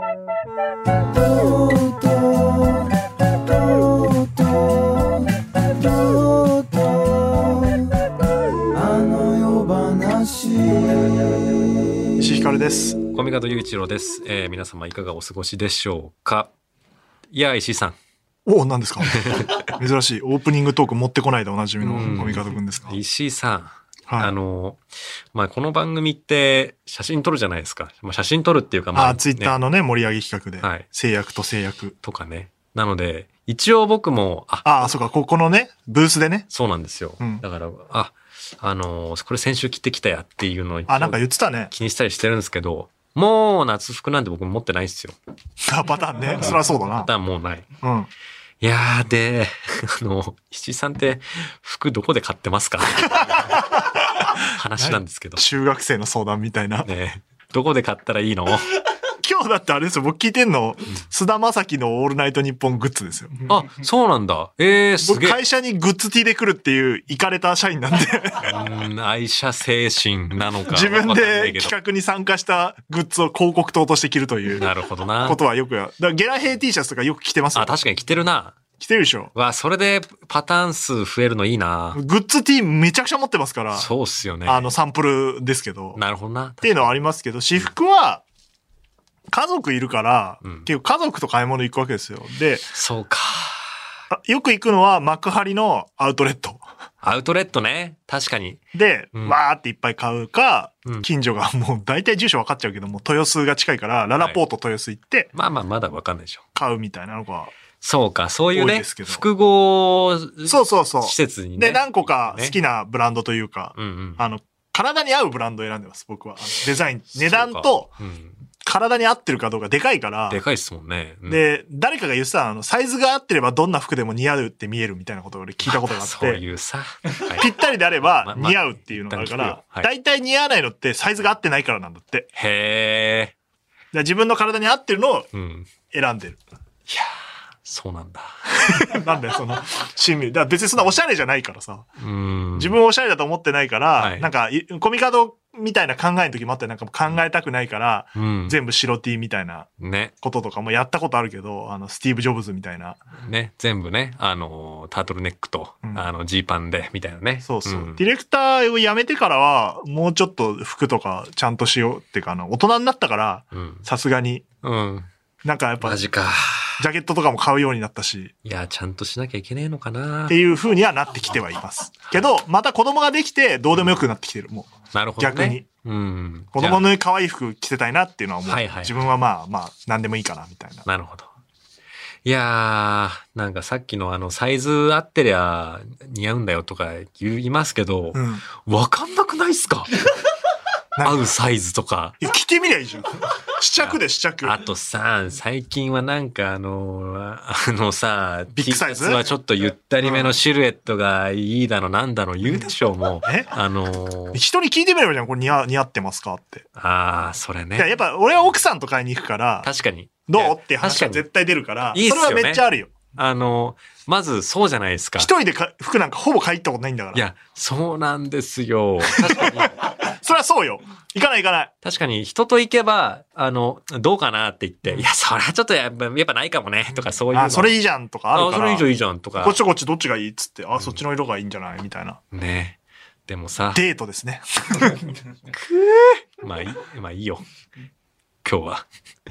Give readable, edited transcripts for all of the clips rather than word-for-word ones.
石井ひかるです。 小見方雄一郎です。皆様いかがお過ごしでしょうか。いや、石井さん。 おお、何ですか珍しい。オープニングトーク持ってこないでおなじみの小見方くんですか。 石井さん。 はい、 この番組って写真撮るじゃないですか。写真撮るっていうか、 ツイッターのね、盛り上げ企画で。はい。制約と制約。 とかね。なので、一応僕も、 そうか、ここのね、ブースでね。 そうなんですよ。だから、これ先週着てきたやっていうのをなんか言ってたね。 気にしたりしてるんですけど、もう夏服なんて僕持ってないっすよ。 パターンね。そりゃそうだな。 パターンもうない。 うん。 いやーで、石井さんって服どこで買ってますか話なんですけど。 中学生の相談みたいな。 ね、どこで買ったらいいの？ 今日だってあれですよ、僕聞いてんの、菅田将暉のオールナイトニッポングッズですよ。 あ、そうなんだ。すげえ。 僕会社にグッズ T で来るっていうイカれた社員なんで。 愛社精神なのか。 自分で企画に参加したグッズを広告塔として着るという。 なるほどな。 ことはよくだからゲラヘイ T シャツとかよく着てますよ。 確かに着てるな。 着てるでしょ。 それでパターン数増えるのいいな。 グッズ T めちゃくちゃ持ってますから。 そうっすよね。 サンプルですけど。 なるほどな。 っていうのはありますけど、私服は、家族いるから、結構家族と買い物行くわけですよ。で、 そうか。 よく行くのは幕張のアウトレット。 アウトレットね。確かに。 で、わーっていっぱい買うか、近所がもう大体住所分かっちゃうけども、豊洲が近いから、ララポート豊洲行って、 まだ分かんないでしょ。 買うみたいなのが。 そうか、そういうね、複合施設にね。 で、何個か好きなブランドというか、体に合うブランドを選んでます、僕は。デザイン、値段と、体に合ってるかどうかでかいから。 でかいっすもんね。 で、誰かが言ってたサイズが合ってればどんな服でも似合うって見えるみたいなことを俺聞いたことがあって。 そういうさ。 ぴったりであれば似合うっていうのがあるから、大体似合わないのってサイズが合ってないからなんだって。 へー。自分の体に合ってるのを選んでる。 いやー、そうなんだ。 なんだよ、親身。だから別にそんなおしゃれじゃないからさ。自分おしゃれだと思ってないから、なんか、コミカドみたいな考えの時もあって、なんか考えたくないから、全部白 T みたいなこととかもやったことあるけど、スティーブ・ジョブズみたいな。 ね、全部ね、タートルネックと、ジーパンで、みたいなね。 そうそう。ディレクターを辞めてからは、もうちょっと服とかちゃんとしようっていうか、大人になったから、さすがに。なんかやっぱ、 マジか。 ジャケットとかも買うようになったし。 いや、ちゃんとしなきゃいけねえのかな。 っていう風にはなってきてはいます。けど、また子供ができて、どうでもよくなってきてる。もう。 なるほど、ね。 逆に。子供の可愛い服着せたいなっていうのはもう、自分はまあ、何でもいいかな、みたいな。 なるほど。いやー、なんかさっきのサイズ合ってりゃ似合うんだよとか言いますけど、わかんなくないっすか？合うサイズとか。 いや、着てみりゃいいじゃん。試着で試着。 あとさ、最近はなんかさ、 ビッグサイズはちょっとゆったりめのシルエットがいいだのなんだの言うでしょう、もう。人に聞いてみればいいじゃん。これ似合ってますかって。 それね。 いや、やっぱ俺は奥さんと買いに行くから。 確かに。 どうって話が絶対出るから。 いいっすよね。 それはめっちゃあるよ。 まずそうじゃないですか。 一人で服なんかほぼ買いったことないんだから。 いや、そうなんですよ。確かに。 それはそうよ。行かない。 確かに人と行けば、どうかなって言って、いや、それはちょっとやっぱないかもね、とかそういう。 それいいじゃんとかあるから。 それいいじゃんとか。 こっちどっちがいいっつって、そっちの色がいいんじゃないみたいな。 ね。でもさ。 デートですね。 まあいいよ。今日は。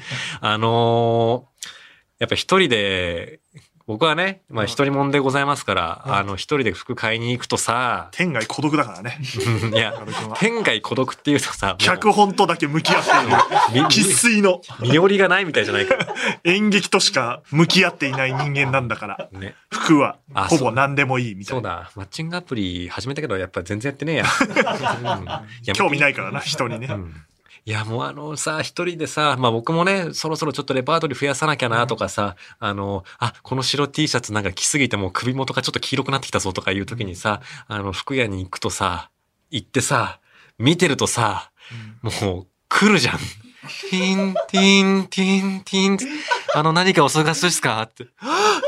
やっぱ一人で、僕はね、一人もんでございますから、一人で服買いに行くとさ、 天涯孤独だからね。 いや、天涯孤独っていうとさ、 脚本とだけ向き合っている。生粋の。 身寄りがないみたいじゃないか。 演劇としか向き合っていない人間なんだから。ね、服は、ほぼ何でもいいみたいな。 そうだ、マッチングアプリ始めたけど、やっぱ全然やってねえや。 興味ないからな、人にね。 いや、もうさ、一人でさ、僕もね、そろそろちょっとレパートリー増やさなきゃなとかさ、この白 T シャツなんか着すぎてもう首元がちょっと黄色くなってきたぞとかいう時にさ、服屋に行くとさ、行ってさ、見てるとさ、もう来るじゃん。ティン、ティン、ティン、ティン、何かお探しですかって。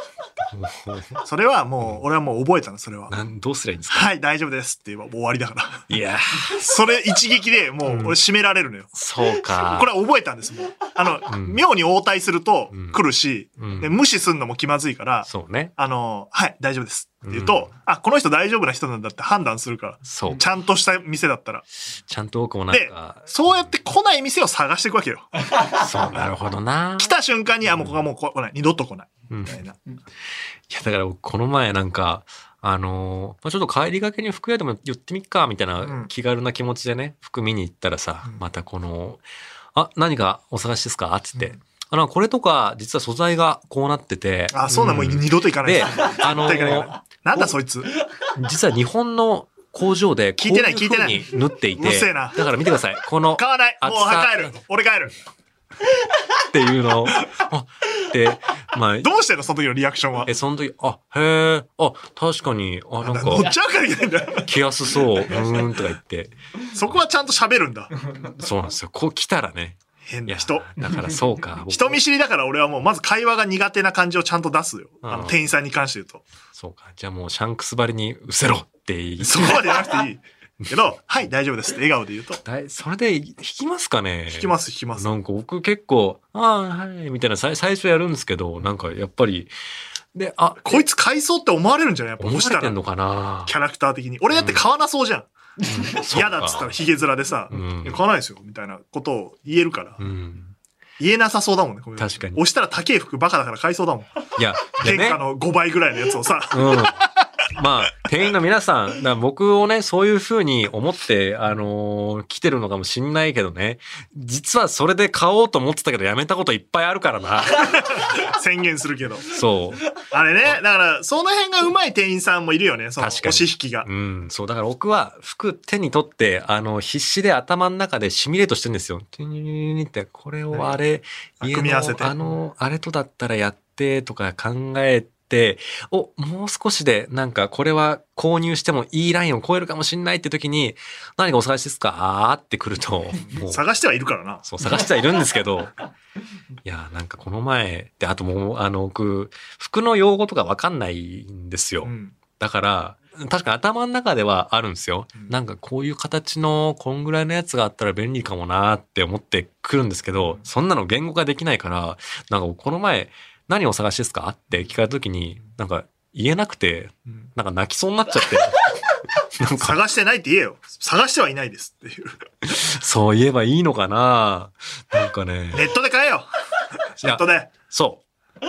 それはもう、俺はもう覚えたの、それは。 どうすりゃいいんですか？ はい、大丈夫ですって言えばもう終わりだから。 いやそれ一撃でもう俺締められるのよ。 そうか。 これは覚えたんですもん。妙に応対すると来るし、で無視すんのも気まずいから、 そうね。 はい、大丈夫ですって言うと、この人大丈夫な人なんだって判断するから。そう。ちゃんとした店だったら。 ちゃんと僕もなんか。 で、そうやって来ない店を探していくわけよ。 そう、なるほどな。 来た瞬間に、もうここはもう来ない。二度と来ない。みたいな。いや、だからこの前なんか、ちょっと帰りがけに服屋でも寄ってみっか、みたいな気軽な気持ちでね、服見に行ったらさ、また何かお探しですかつって。これとか、実は素材がこうなってて。 そうなの、もう二度と行かない。で、なんだそいつ。 実は日本の工場で、 聞いてない、聞いてない。 縫っていて。 うるせえな。 だから見てください。 買わない。もう帰る。俺帰る。 っていうのを。で、まあ。 どうしてんのその時のリアクションは。 その時、へえ、確かに、なんか。 乗っちゃうからいけないんだよ。 着やすそう。とか言って。 そこはちゃんと喋るんだ。 そうなんですよ。こう来たらね。 変な人。 だからそうか。 人見知りだから俺はもうまず会話が苦手な感じをちゃんと出すよ。店員さんに関して言うと。 そうか。じゃあもうシャンクス張りにうせろって言い。 そこまでじゃなくていい。けど、はい、大丈夫ですって笑顔で言うと。 それで弾きますかね？ 弾きます、弾きます。 なんか僕結構、はい、みたいな最初やるんですけど、なんかやっぱり、で、 こいつ買いそうって思われるんじゃない？やっぱ思われてんのかな？ キャラクター的に。俺だって買わなそうじゃん。嫌だっつったらヒゲ面でさ、買わないですよ、みたいなことを言えるから。言えなさそうだもんね、こういう。 確かに。 押したら高い服バカだから買いそうだもん。 いや、 原価の5倍ぐらいのやつをさ。 まあ、店員の皆さん、僕をね、そういう風に思って、来てるのかもしんないけどね。実はそれで買おうと思ってたけど、やめたこといっぱいあるからな。 宣言するけど。 そう。 あれね、だから、その辺が上手い店員さんもいるよね、その押し引きが。 そう、だから僕は服手に取って、必死で頭の中でシミュレートしてるんですよ。ってこれを組み合わせて。 あれとだったらやってとか考えて、もう少しでなんかこれは購入してもいいラインを超えるかもしれないって時に何かお探しですかって来るともう探してはいるからな。 そう探してはいるんですけどいやなんかこの前であともう僕服の用語とかわかんないんですよ、だから確か頭の中ではあるんですよ、なんかこういう形のこんぐらいのやつがあったら便利かもなって思ってくるんですけど、そんなの言語化できないからなんかこの前何をお探しですかって聞かれた時に、なんか言えなくて、なんか泣きそうになっちゃって。 なんか探してないって言えよ。探してはいないですっていう。 そう言えばいいのかな？なんかね。 ネットで買えよ。ネットで。 そう。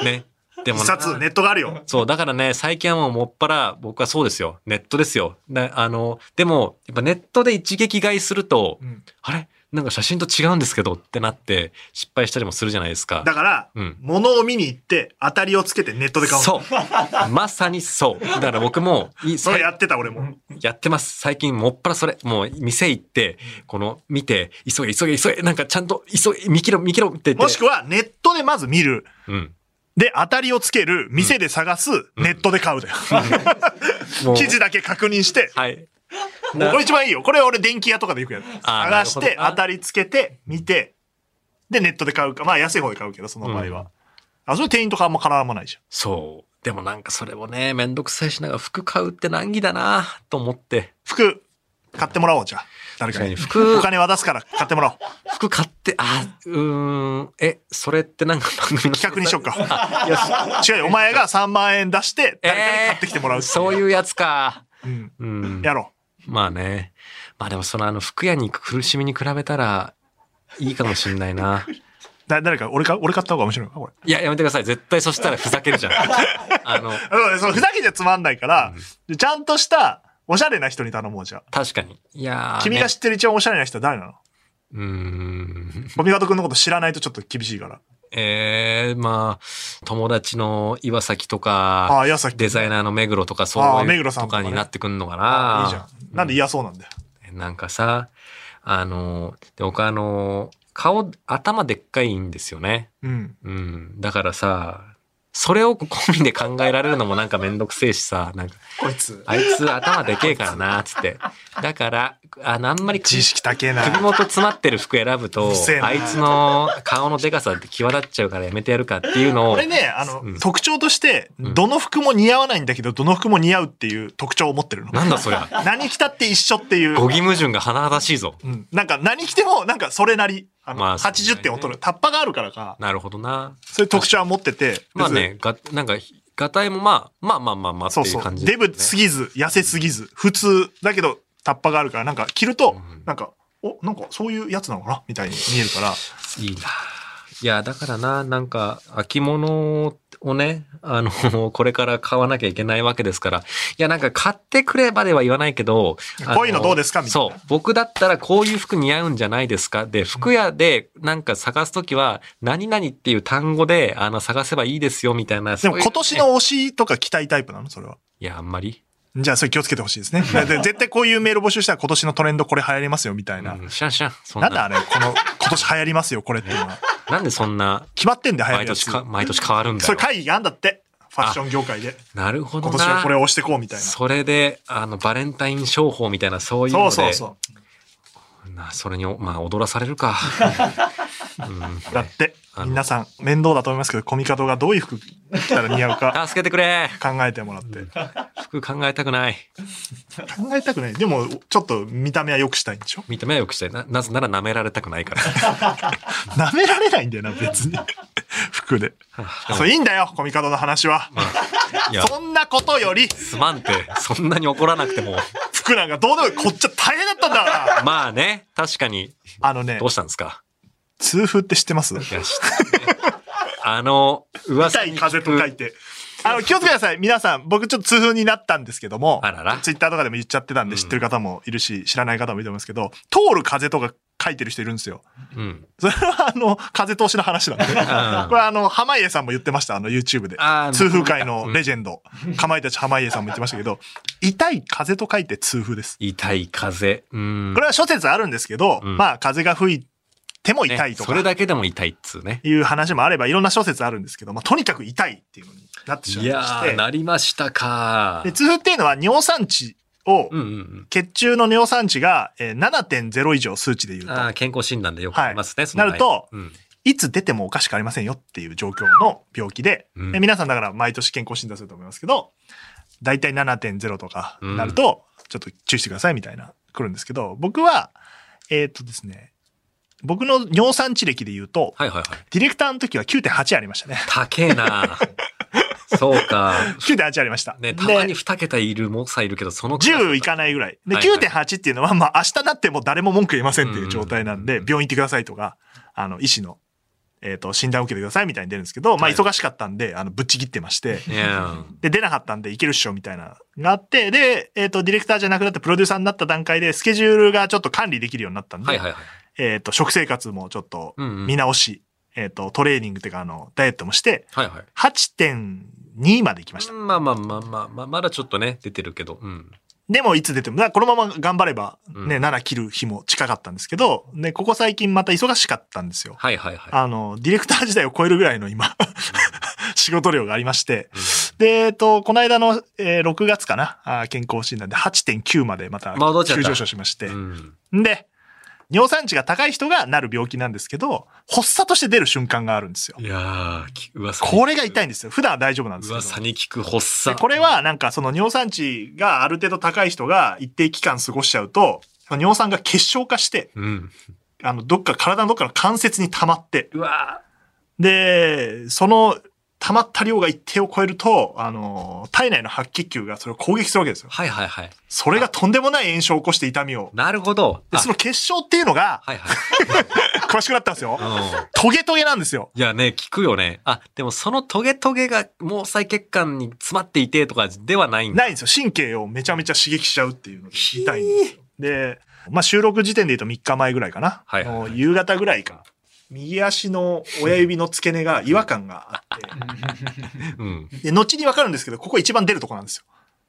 ね。でも一冊ネットがあるよ。 そう。だからね、最近はもうもっぱら僕はそうですよ。ネットですよ。でも、やっぱネットで一撃買いすると、あれなんか写真と違うんですけどってなって失敗したりもするじゃないですか。 だから、物を見に行って当たりをつけてネットで買う。 そう。まさにそう。だから僕も、 それやってた俺も。 やってます。最近もっぱらそれ。もう店行って、見て、急げ、なんかちゃんと見切ろって言って。 もしくはネットでまず見る。で、当たりをつける。店で探す。ネットで買うだよ。記事だけ確認して。 はい。 これ一番いいよ。これ俺電気屋とかでよくやる。探して、当たりつけて、見て、で、ネットで買うか。まあ安い方で買うけど、その場合は。それ店員とかあんま絡まないじゃん。 そう。でもなんかそれもね、めんどくさいしながら服買うって難儀だなと思って。 服、買ってもらおう、じゃあ。誰かに。お金渡すから買ってもらおう。 服買って、それってなんか番組の企画にしよっか。違うよ。お前が3万円出して、誰かに買ってきてもらう。 そういうやつか。 やろう。 まあね。まあでも服屋に行く苦しみに比べたらいいかもしんないな。 誰か俺買った方が面白いのかこれ。 いや、やめてください。絶対そしたらふざけるじゃん。 そのふざけじゃつまんないから、ちゃんとしたおしゃれな人に頼もうじゃあ。 確かに。いや君が知ってる一番おしゃれな人は誰なの？コミカド君のこと知らないとちょっと厳しいから。 まあ、友達の岩崎とか、デザイナーの目黒とか、そういうとかになってくんのかな。 いいじゃん。なんで嫌そうなんだよ。 なんかさ、僕頭でっかいんですよね。だからさ、 それを込みで考えられるのもなんかめんどくせえしさ、なんか、あいつ頭でけえからな、つって。だから、あんまり知識高えな。 首元詰まってる服選ぶと、あいつの顔のでかさって際立っちゃうからやめてやるかっていうのを。 これね、特徴として、どの服も似合わないんだけど、どの服も似合うっていう特徴を持ってるの。 なんだそりゃ。 何着たって一緒っていう。 語義矛盾が甚だしいぞ。 なんか何着ても、なんかそれなり。80点を取る。タッパがあるからか。 なるほどな。 そういう特徴は持ってて。 まあね、なんか、ガタイもまあっていう感じ、 デブすぎず、痩せすぎず、普通だけどタッパがあるから、なんか着ると、なんか、なんかそういうやつなのかなみたいに見えるから。 いいな。いや、だからな、なんか、秋物をね、これから買わなきゃいけないわけですから。いや、なんか買ってくればでは言わないけど、 こういうのどうですかみたいな。 そう。僕だったらこういう服似合うんじゃないですかで、服屋でなんか探すときは、何々っていう単語で、探せばいいですよ、みたいな。 でも今年の推しとか着たいタイプなのそれは。 いや、あんまり。 じゃあそれ気をつけてほしいですね。絶対こういうメール募集したら今年のトレンドこれ流行りますよみたいな。 知らん。 なんだあれ今年流行りますよこれっていうのは。 なんでそんな。 決まってんで流行るやつ。 毎年変わるんだよ。 それ会議があんだって。ファッション業界で。 なるほどな。 今年はこれを押してこうみたいな。 それで、バレンタイン商法みたいなそういうので。そう。それに、踊らされるか。 だって、皆さん面倒だと思いますけど、コミカドがどういう服着たら似合うか。 助けてくれ。 考えてもらって。 服考えたくない。 考えたくない。でも、ちょっと見た目は良くしたいんでしょ？ 見た目は良くしたい。なぜなら舐められたくないから。 舐められないんだよな、別に。服で。そう、いいんだよ、コミカドの話は。そんなことより。 すまんって、そんなに怒らなくても。 服なんかどうでもいい。こっちは大変だったんだから。 まあね、確かに。どうしたんですか？ 痛風って知ってます？いや、知って噂に。痛い風と書いて。気をつけてください。皆さん、僕ちょっと痛風になったんですけども、ツイッターとかでも言っちゃってたんで知ってる方もいるし、知らない方もいると思いますけど、通る風とか書いてる人いるんですよ。それは風通しの話なんで。これ濱家さんも言ってました、YouTube で。痛風界のレジェンド。かまいたち濱家さんも言ってましたけど、痛い風と書いて痛風です。 痛い風。これは諸説あるんですけど、まあ風が吹いても痛いとか、 それだけでも痛いっつうね。 いう話もあれば、いろんな諸説あるんですけど、とにかく痛いっていうのになってしまいまして。 いやー、なりましたか。 で、痛風っていうのは尿酸値を、血中の尿酸値が 7.0 以上数値で言うと。 健康診断でよく言いますね。 なると、いつ出てもおかしくありませんよっていう状況の病気で、皆さんだから毎年健康診断すると思いますけど、だいたい 7.0 とかなると、ちょっと注意してくださいみたいな来るんですけど、僕は、ですね、僕の尿酸値歴で言うと、ディレクターの時は 9.8 ありましたね。 高えなそうか。 9.8 ありました。 ね、たまに2桁いる猛者いるけど、その 10いかないぐらい。で、9.8 っていうのは、まあ明日なっても誰も文句言いませんっていう状態なんで、病院行ってくださいとか、医師の、診断を受けてくださいみたいに出るんですけど、まあ忙しかったんで、ぶっちぎってまして、で、出なかったんでいけるっしょみたいなのがあって、で、ディレクターじゃなくなってプロデューサーになった段階で、スケジュールがちょっと管理できるようになったんで、食生活もちょっと見直し、トレーニングっていうかダイエットもして、8.2 まで行きました。 まだちょっとね、出てるけど。 でもいつ出ても、このまま頑張ればね、7切る日も近かったんですけど、ね、ここ最近また忙しかったんですよ。ディレクター時代を超えるぐらいの今、仕事量がありまして、で、この間の6月かな、健康診断で 8.9 までまた急上昇しまして、で、尿酸値が高い人がなる病気なんですけど、発作として出る瞬間があるんですよ。 いやー、 これが痛いんですよ。普段は大丈夫なんですけど。 噂に聞く発作。 これはなんかその尿酸値がある程度高い人が一定期間過ごしちゃうと、尿酸が結晶化して、体のどっかの関節に溜まって、で、その溜まった量が一定を超えると、体内の白血球がそれを攻撃するわけですよ。それがとんでもない炎症を起こして痛みを。 なるほど。 で、その結晶っていうのが、詳しくなったんですよ。トゲトゲなんですよ。 いやね、聞くよね。でもそのトゲトゲが毛細血管に詰まっていてとかではないんだ。 ないんですよ。神経をめちゃめちゃ刺激しちゃうっていうのが痛いんですよ。で、まあ収録時点で言うと3日前ぐらいかな。夕方ぐらいか。右足の親指の付け根が違和感があって、で、後にわかるんですけど、ここ一番出るとこなんですよ。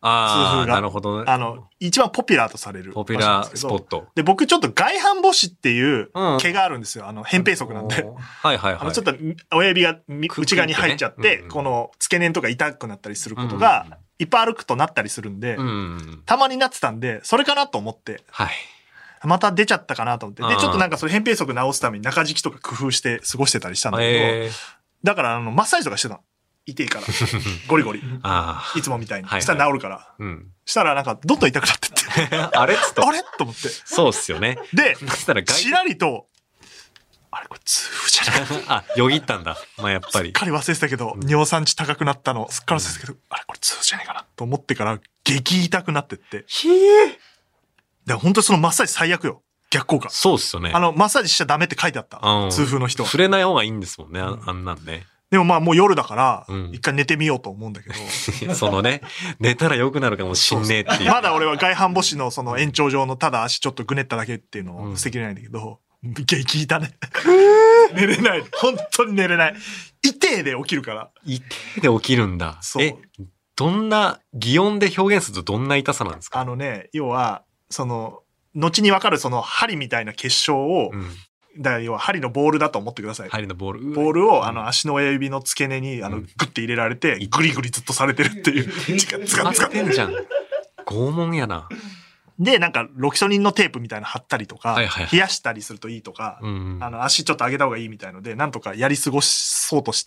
痛風が。 なるほどね。 一番ポピュラーとされる。 ポピュラースポット。 で、僕ちょっと外反母趾っていう毛があるんですよ。扁平足なんで。 はいはいはい。 ちょっと親指が内側に入っちゃって、この付け根とか痛くなったりすることが、いっぱい歩くとなったりするんで、たまになってたんで、それかなと思って。 はい。 また出ちゃったかなと思って。で、ちょっとなんかそれ扁平足直すために中敷きとか工夫して過ごしてたりしたんだけど、だからマッサージとかしてたの。痛いから。ゴリゴリ。いつもみたいに。したら治るから。したらなんかどんどん痛くなってって。 あれっつって。 あれと思って。 そうっすよね。 で、ちらりと、あれこれ痛風じゃないよぎったんだ。まあやっぱり。 すっかり忘れてたけど、尿酸値高くなったの、すっかり忘れてたけど、あれこれ痛風じゃないかなと思ってから、激痛くなってって。で、本当にそのマッサージ最悪よ。逆効果。 そうっすよね。 マッサージしちゃダメって書いてあった。痛風の人は。 触れない方がいいんですもんね、あんなんね。 でもまあもう夜だから、一回寝てみようと思うんだけど。 そのね、寝たら良くなるかもしんねえっていう。 まだ俺は外反母趾のその延長上のただ足ちょっとぐねっただけっていうのを捨てきれないんだけど、激痛ね。寝れない。本当に寝れない。痛えで起きるから。 痛えで起きるんだ。そう。どんな、擬音で表現するとどんな痛さなんですか？ 要は、後にわかるその針みたいな結晶を、だから要は針のボールだと思ってください。 針のボール。 ボールを足の親指の付け根にグッて入れられて、グリグリずっとされてるっていう。 使ってんじゃん。拷問やな。 で、なんかロキソニンのテープみたいなの貼ったりとか、冷やしたりするといいとか、足ちょっと上げた方がいいみたいので、なんとかやり過ごそうとして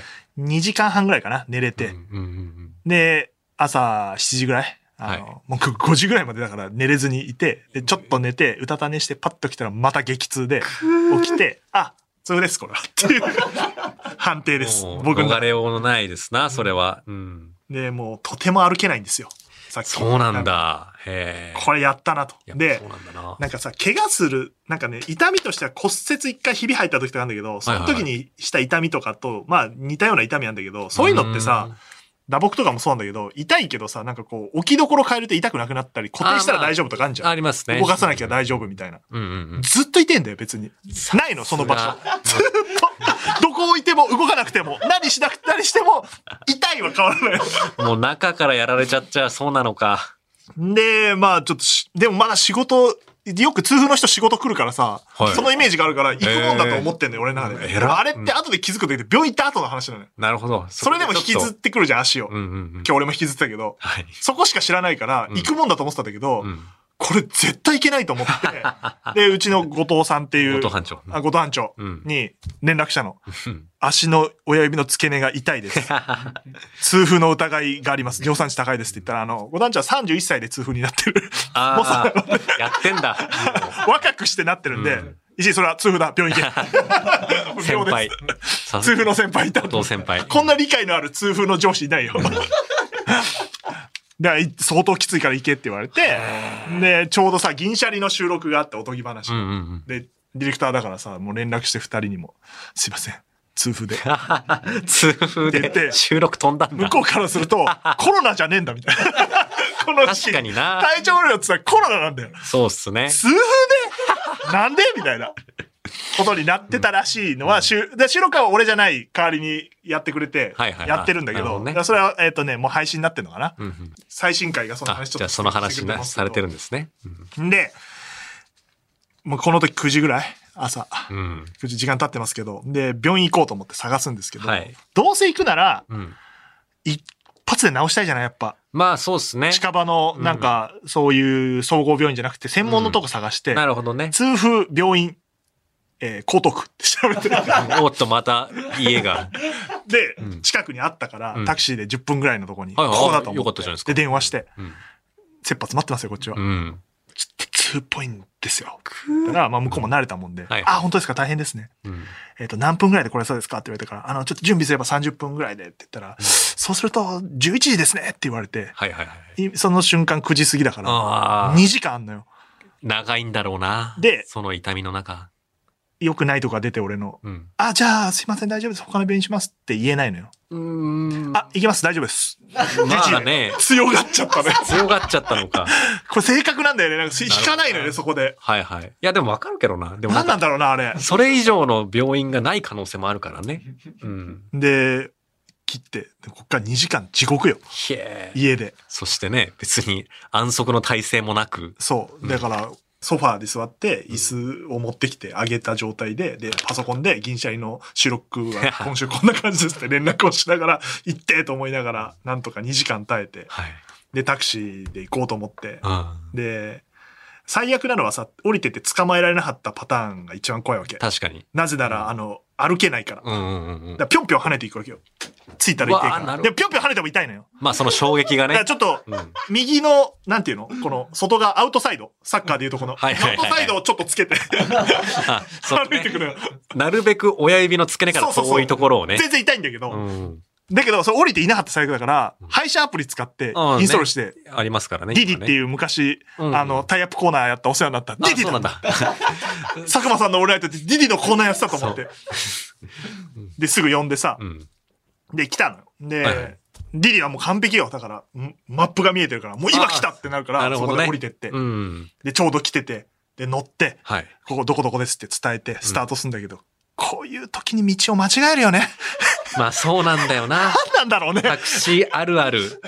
、2時間半ぐらいかな、寝れて。で、朝7時ぐらいもう5時ぐらいまでだから寝れずにいて、で、ちょっと寝て、うたた寝してパッと来たらまた激痛で、起きて、痛風です、これは。っていう判定です。 僕の。逃れようのないですな、それは。 で、もうとても歩けないんですよ。さっき。 そうなんだ。へこれやったなと。で、なんかさ、怪我する、なんかね、痛みとしては骨折一回ひび入った時とかあるんだけど、その時にした痛みとかと、まあ似たような痛みなんだけど、そういうのってさ、打撲とかもそうなんだけど、痛いけどさ、なんかこう、置きどころ変えると痛くなくなったり、固定したら大丈夫とかあるじゃん。 ありますね。 動かさなきゃ大丈夫みたいな。ずっと痛いんだよ、別に。ないの、その場所。ずっと、どこ置いても動かなくても、何しなくて何しても、痛いは変わらない。 もう中からやられちゃっちゃそうなのか。 で、まあちょっとでもまだ仕事、よく痛風の人仕事来るからさ、そのイメージがあるから行くもんだと思ってんだよ、俺の中で。あれって後で気づくんだけど、病院行った後の話なのよ。 なるほど。 それでも引きずってくるじゃん、足を。今日俺も引きずってたけど、そこしか知らないから、行くもんだと思ってたんだけど、これ絶対いけないと思って、で、うちの後藤さんっていう、後藤班長に連絡したの。足の親指の付け根が痛いです。痛風の疑いがあります。尿酸値高いですって言ったら、後藤班長は31歳で痛風になってる。もうやってんだ。 若くしてなってるんで、石井それは痛風だ、病院行け。 先輩。 痛風の先輩いた。 後藤先輩。 こんな理解のある痛風の上司いないよ。で、相当きついから行けって言われて、で、ちょうどさ、銀シャリの収録があって、おとぎ話。で、ディレクターだからさ、もう連絡して2人にも、すいません、痛風で。 痛風で収録飛んだんだ。 向こうからすると、コロナじゃねえんだ、みたいな。この確かにな。 体調不良って言ったらコロナなんだよ。 そうっすね。 痛風でなんでみたいな。ことになってたらしいのは、収録は俺じゃない代わりにやってくれて、やってるんだけど、それは、もう配信になってるのかな。最新回がその話ちょっと。 じゃあその話されてるんですね。 で、もうこの時9時ぐらい朝。9時時間経ってますけど、で、病院行こうと思って探すんですけど、どうせ行くなら、一発で治したいじゃないやっぱ。 まあそうっすね。 近場の、なんか、そういう総合病院じゃなくて、専門のとこ探して、 なるほどね。 痛風病院、江東区って調べてる。 おっと、また家が。 で、近くにあったから、タクシーで10分ぐらいのとこに、ここだと思って。で、電話して、切羽詰まってますよ、こっちは。ちょっと痛っぽいんですよ。だから、まあ向こうも慣れたもんで、本当ですか、大変ですね。何分ぐらいでこれそうですかって言われてから、ちょっと準備すれば30分ぐらいでって言ったら、そうすると11時ですねって言われて、その瞬間9時過ぎだから、2時間あんのよ。 長いんだろうな。 で、 その痛みの中。 良くないとか出て俺の、じゃあすいません大丈夫です他の病院しますって言えないのよ。行きます大丈夫です。 まあね。 強がっちゃったね。 強がっちゃったのか。 これ正確なんだよね。なんか引かないのよねそこで。 はいはい。いやでもわかるけどな。でも何なんだろうなあれ。 それ以上の病院がない可能性もあるからね。 で切って、こっから2時間地獄よ。家で。 そしてね、別に安息の体勢もなく。 そう。だから、ソファーで座って、椅子を持ってきて上げた状態で、で、パソコンで銀シャリの収録は今週こんな感じですって連絡をしながら、行ってと思いながら、なんとか2時間耐えて、はい、で、タクシーで行こうと思って、で、最悪なのはさ、降りてて捕まえられなかったパターンが一番怖いわけ。 確かに。 なぜなら、歩けないから。だからぴょんぴょん跳ねていくわけよ。着いたら行っていくから。で、ぴょんぴょん跳ねても痛いのよ。 まあその衝撃がね。 だからちょっと、右の、なんていうのこの、外側、アウトサイド。サッカーでいうとこの、アウトサイドをちょっとつけて、歩いてくるよ。 なるべく親指の付け根から遠いところをね。 全然痛いんだけど、だけど、それ降りていなかった最悪だから、配車アプリ使って、インストールして、 ありますからね。 ディディっていう昔、タイアップコーナーやったお世話になった。ディディそうなんだ。 佐久間さんのオールナイトってディディのコーナーやってたと思って。で、すぐ呼んでさ、で、来たのよ。で、ディディはもう完璧よ。だから、マップが見えてるから、もう今来たってなるから、そこで降りてって。で、ちょうど来てて、で、乗って、ここどこどこですって伝えて、スタートするんだけど、こういう時に道を間違えるよね。 まあそうなんだよな。 何なんだろうね。 タクシーあるある。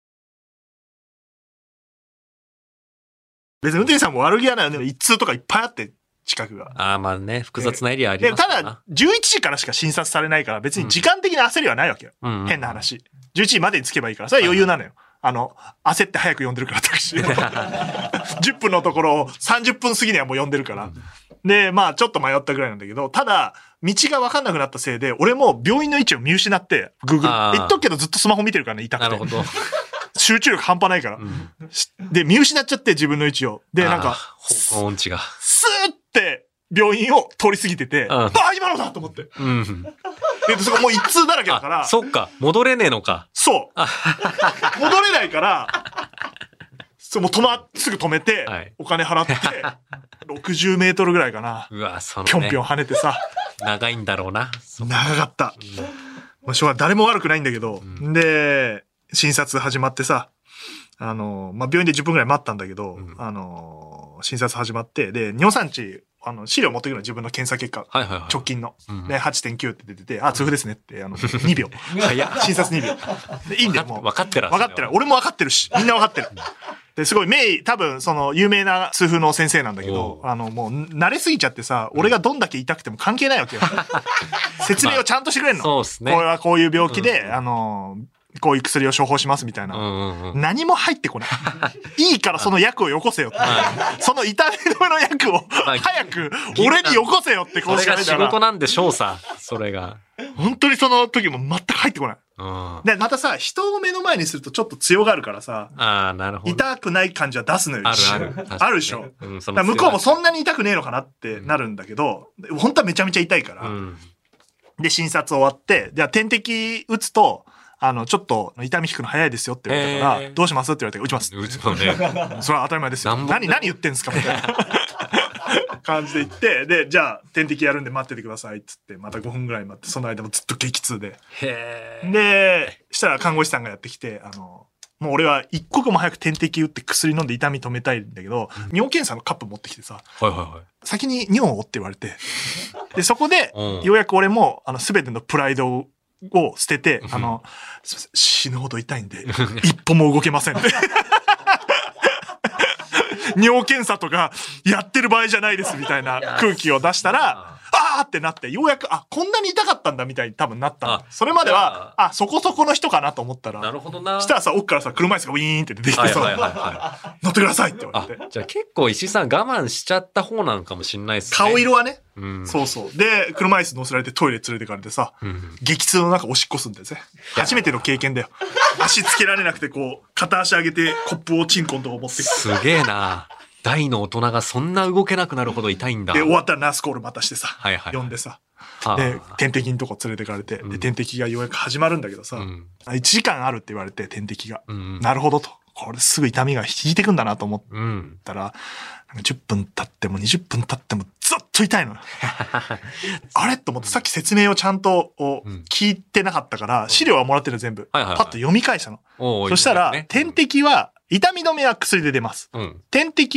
別に運転手さんも悪気はないよね。一通とかいっぱいあって、近くが。 ああまあね、複雑なエリアありますからただ、11時からしか診察されないから、別に時間的な焦りはないわけよ。変な話。11時までに着けばいいから、それは余裕なのよ。焦って早く呼んでるから、タクシーを。10分のところを30分過ぎにはもう呼んでるから。で、まあ、ちょっと迷ったぐらいなんだけど、ただ、道が分かんなくなったせいで、俺も病院の位置を見失って、Google。言っとくけどずっとスマホ見てるからね、痛くて。 なるほど。 集中力半端ないから。で、見失っちゃって自分の位置を。で、なんか、 音痴が。 スーって病院を通り過ぎてて、ああ、今のだと思って。で、そこもう一通だらけだから。 そっか、戻れねえのか。 そう。戻れないから、そう、もうすぐ止めて、お金払って、60メートルぐらいかな。 うわ、そのね。 ぴょんぴょん跳ねてさ。 長いんだろうな。 長かった。まあ、しょうが誰も悪くないんだけど、で、診察始まってさ、まあ、病院で10分ぐらい待ったんだけど、診察始まって、で、尿酸値、資料持ってくるの自分の検査結果。直近の。で、8.9 って出てて、痛風ですねって、2秒。診察2秒。で、いいんだよ、もう。 分かってる。 分かってる。俺も分かってるし、みんな分かってる。で、すごい多分、有名な痛風の先生なんだけど、もう、慣れすぎちゃってさ、俺がどんだけ痛くても関係ないわけよ。説明をちゃんとしてくれんの。 そうですね。 これはこういう病気で、こういう薬を処方しますみたいな。何も入ってこない。いいからその薬をよこせよって。その痛み止めの薬を早く俺によこせよってこうしかないから。それが仕事なんでしょうさ。それが。 本当にその時も全く入ってこない。で、またさ、人を目の前にするとちょっと強がるからさ、 なるほど。 痛くない感じは出すのよ。あるでしょ。向こうもそんなに痛くねえのかなってなるんだけど、本当はめちゃめちゃ痛いから。で、診察終わって、じゃあ点滴打つと、ちょっと痛み引くの早いですよって言われたから、どうしますって言われて、打ちます。 打つのね。 それは当たり前ですよ。何言ってんすかみたいな感じで言って、で、じゃあ点滴やるんで待っててくださいっつって、また5分ぐらい待って、その間もずっと激痛で。で、したら看護師さんがやってきて、もう俺は一刻も早く点滴打って薬飲んで痛み止めたいんだけど、尿検査のカップ持ってきてさ、先に尿をって言われて、で、そこで、ようやく俺も、すべてのプライドを捨てて、死ぬほど痛いんで、一歩も動けませんって。尿検査とかやってる場合じゃないですみたいな空気を出したら、あーってなって、ようやく、こんなに痛かったんだみたいに多分なったの。それまでは、そこそこの人かなと思ったら、 なるほどな。 したらさ、奥からさ、車椅子がウィーンって出てきてさ、乗ってくださいって言われて。 じゃあ結構石井さん我慢しちゃった方なのかもしれないですね。 顔色はね。そうそう。で、車椅子乗せられてトイレ連れてかれてさ、激痛の中おしっこすんだよね。初めての経験だよ。足つけられなくてこう、片足上げてコップをチンコのとこ持ってきて。 すげえな。大の大人がそんな動けなくなるほど痛いんだ。 で、終わったらナースコールまたしてさ、呼んでさ。で、点滴のとこ連れてかれて、で、点滴がようやく始まるんだけどさ、1時間あるって言われて、点滴が。なるほどと。これすぐ痛みが引いてくんだなと思ったら、10分経っても20分経ってもずっと痛いの。あれと思ってさっき説明をちゃんと聞いてなかったから、資料はもらってる全部。パッと読み返したの。そしたら、点滴は、痛み止めは薬で出ます。点滴は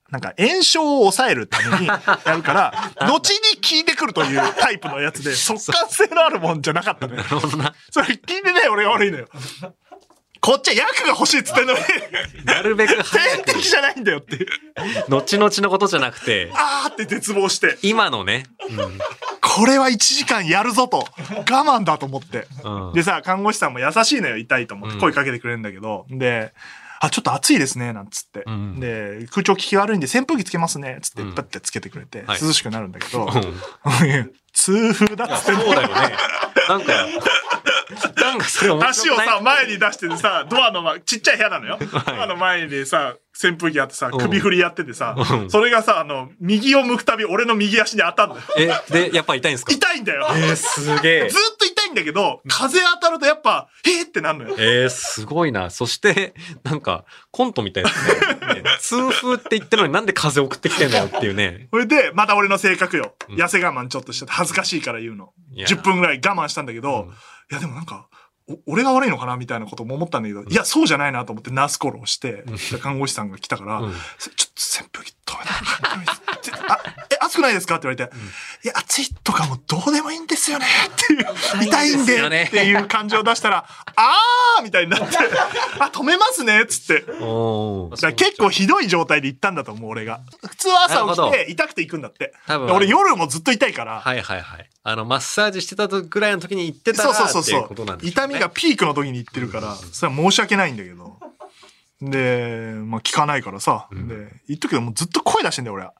なんか炎症を抑えるためにやるから、後に効いてくるというタイプのやつで、速乾性のあるもんじゃなかったね。なるほどな。それ聞いてない俺が悪いのよ。こっちは薬が欲しいっつってんのに。 なるべく早く。 点滴じゃないんだよっていう。 後々のことじゃなくて。 あーって絶望して。 今のね。 これは1時間やるぞと。我慢だと思って。でさ、看護師さんも優しいのよ、痛いと思って。声かけてくれるんだけど。で、ちょっと暑いですね、なんつって。で、空調効き悪いんで扇風機つけますね、つって、パッてつけてくれて、涼しくなるんだけど、痛風だっつって。 そうだよね。なんかそれ足をさ、前に出してさ、ドアのちっちゃい部屋なのよ。ドアの前でさ、扇風機あってさ、首振りやっててさ、それがさ、右を向くたび俺の右足に当たんのよ。 で、やっぱ痛いんですか？ 痛いんだよ。 すげえ。 ずっと痛いんだけど、風当たるとやっぱ、ってなるのよ。 すごいな。そして、なんか、コントみたいですね。痛風って言ってるのになんで風送ってきてんだよっていうね。 それで、また俺の性格よ。痩せ我慢ちょっとしてて恥ずかしいから言うの。10分ぐらい我慢したんだけど、いやでもなんか、俺が悪いのかなみたいなことも思ったんだけど、いや、そうじゃないなと思ってナースコールをして、看護師さんが来たから、ちょっと扇風機止めて。暑くないですかって言われて、いや、暑いとかもどうでもいいんですよねっていう、痛いんでっていう感情を出したら、みたいになって、止めますねっつって。だから結構ひどい状態で行ったんだと思う、俺が。普通は朝起きて痛くて行くんだって。俺夜もずっと痛いから。 はいはいはい。マッサージしてたぐらいの時に行ってたらっていうことなんですね。 痛みがピークの時に行ってるから、それは申し訳ないんだけど。で、聞かないからさ。で、言っとくけどもうずっと声出してんだよ、俺は。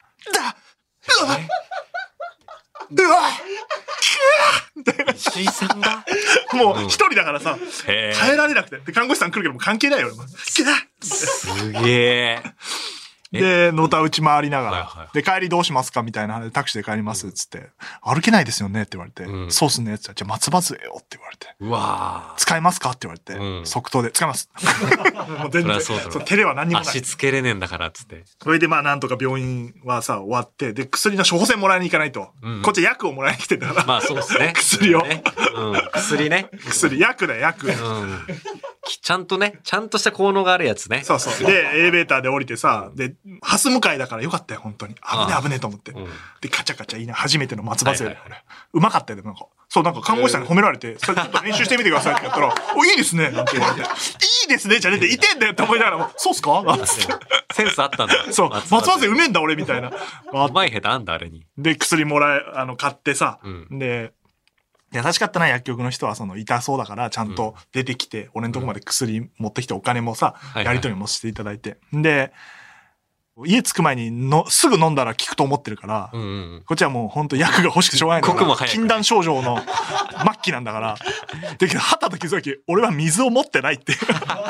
うわみたいな。 石井さんがもう一人だからさ、耐えられなくて。で、看護師さん来るけども関係ないよ、俺も。 すげえ。 で、のたうち回りながら、で、帰りどうしますかみたいな話でタクシーで帰りますっつって、歩けないですよねって言われて、そうっすねって言ったら、じゃあ松葉杖よって言われて、 うわ使えますかって言われて、即答で、使います。もう全然、照れは何にもない。 足つけれねえんだからっつって。 それでなんとか病院はさ、終わって、で、薬の処方箋もらいに行かないと。こっち薬をもらいに来てんだから。 まあそうっすね。 薬を。 薬ね。 薬だよ、薬。 ちゃんとね、ちゃんとした効能があるやつね。 そうそう。で、エレベーターで降りてさ、で、ハス向かいだからよかったよ、本当に。危ねえと思って。で、カチャカチャいいな、初めての松葉杖で、俺。うまかったよ、なんか。そう、なんか看護師さんに褒められて、それちょっと練習してみてくださいってやったら、いいですね、なんて言われて。いいですね、じゃねえで、いてんだよって思いながら、そうっすかなんつって。 センスあったんだ。 そう、松葉杖うめえんだ、俺、みたいな。 うまい下手あんだ、あれに。 で、薬買ってさ、で、優しかったな、薬局の人は、痛そうだから、ちゃんと出てきて、俺のとこまで薬持ってきて、お金もさ、やり取りもしていただいて。で、家着く前にすぐ飲んだら効くと思ってるから、こっちはもう本当薬が欲しくてしょうがないんだから、禁断症状の末期なんだから、で、はたと気づいた時、俺は水を持ってないって。で、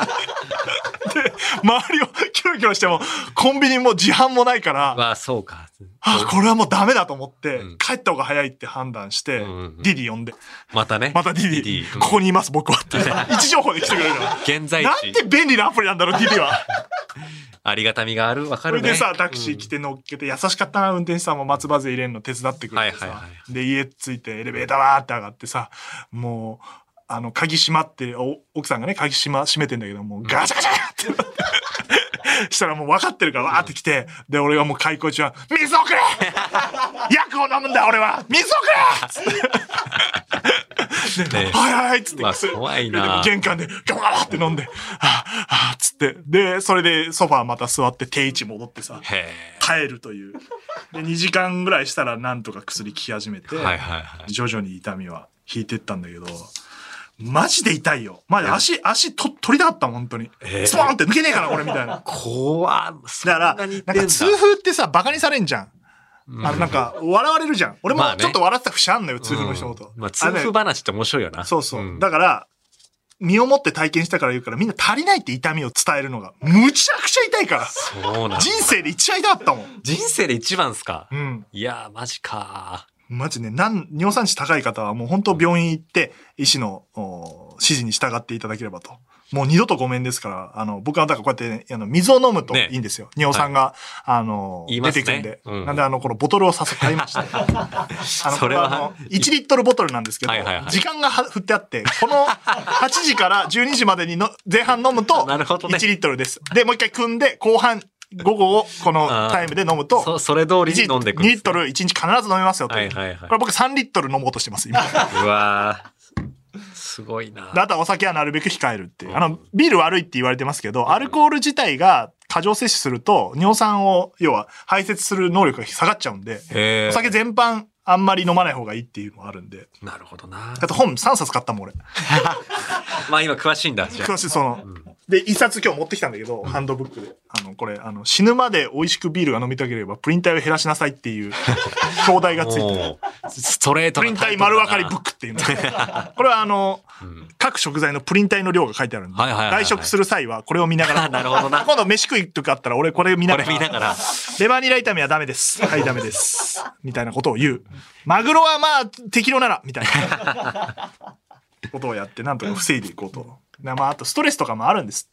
周りをキョロキョロしても、コンビニも自販もないから、 そうか。 これはもうダメだと思って、帰った方が早いって判断して、ディディ呼んで。 またディディ。ここにいます、僕はって。位置情報で来てくれるから。 現在地。 なんて便利なアプリなんだろう、ディディは。 ありがたみがある、わかるね。 それでさ、タクシー来て乗っけて、優しかったな、運転手さんも松葉杖入れるの手伝ってくれてさ。で、家着いてエレベーターわーって上がってさ、もう、鍵閉まって、奥さんがね、鍵閉めてんだけど、もうガチャガチャって。したらもう分かってるからわーって来て、で、俺がもう開口中は、水をくれ薬を飲むんだ、俺は水をくれはいっつって。 怖いな。 玄関でガバガバって飲んで、っつって。で、それでソファーまた座って定位置戻ってさ、耐えるという。で、2時間ぐらいしたらなんとか薬効き始めて、徐々に痛みは引いてったんだけど、マジで痛いよ。マジで足取りたかったもん、本当に。スポーンって抜けねえかな、これ、みたいな。 怖っ。 だから、なんか痛風ってさ、バカにされんじゃん。なんか、笑われるじゃん。俺もちょっと笑ってた節あんのよ、痛風の人のこと。 痛風話って面白いよな。 そうそう。だから、身をもって体験したから言うから、みんな足りないって痛みを伝えるのが、むちゃくちゃ痛いから。 そうなん人生で一番痛かったもん。 人生で一番っすか？ いやー、マジか。 マジね、尿酸値高い方はもう本当病院行って、医師の指示に従っていただければと。もう二度とごめんですから、僕はだからこうやって、水を飲むといいんですよ。尿酸が、出てくるんで。なんでこのボトルを買いました。それは1リットルボトルなんですけど、時間が振ってあって、この8時から12時までに前半飲むと、1リットルです。で、もう一回汲んで、後半、 午後をこのタイムで飲むと、 それ通りに飲んでくる。 2リットル1日必ず飲みますよと。 はいはいはい。 これ僕3リットル飲もうとしてます、今。 うわすごいな。 あとはお酒はなるべく控えるっていう。ビール悪いって言われてますけど、アルコール自体が過剰摂取すると、尿酸を、要は排泄する能力が下がっちゃうんで、お酒全般あんまり飲まない方がいいっていうのがあるんで。 なるほどな。 あと本3冊買ったもん、俺。 まあ今詳しいんだ、じゃあ。 詳しい、で、1冊今日持ってきたんだけど、ハンドブックで。これ、死ぬまで美味しくビールが飲みたければ、プリン体を減らしなさいっていう、表題がついてる。 ストレートプリン体丸分かりブックっていうの。これは各食材のプリン体の量が書いてあるんで、外食する際はこれを見ながら。 なるほどな。 今度飯食いとかあったら俺これ見ながら。レバニラ炒めはダメです。はい、ダメです。みたいなことを言う。マグロはまあ適量なら、みたいなことをやって、なんとか防いでいこうと。まあ、あとストレスとかもあるんですって。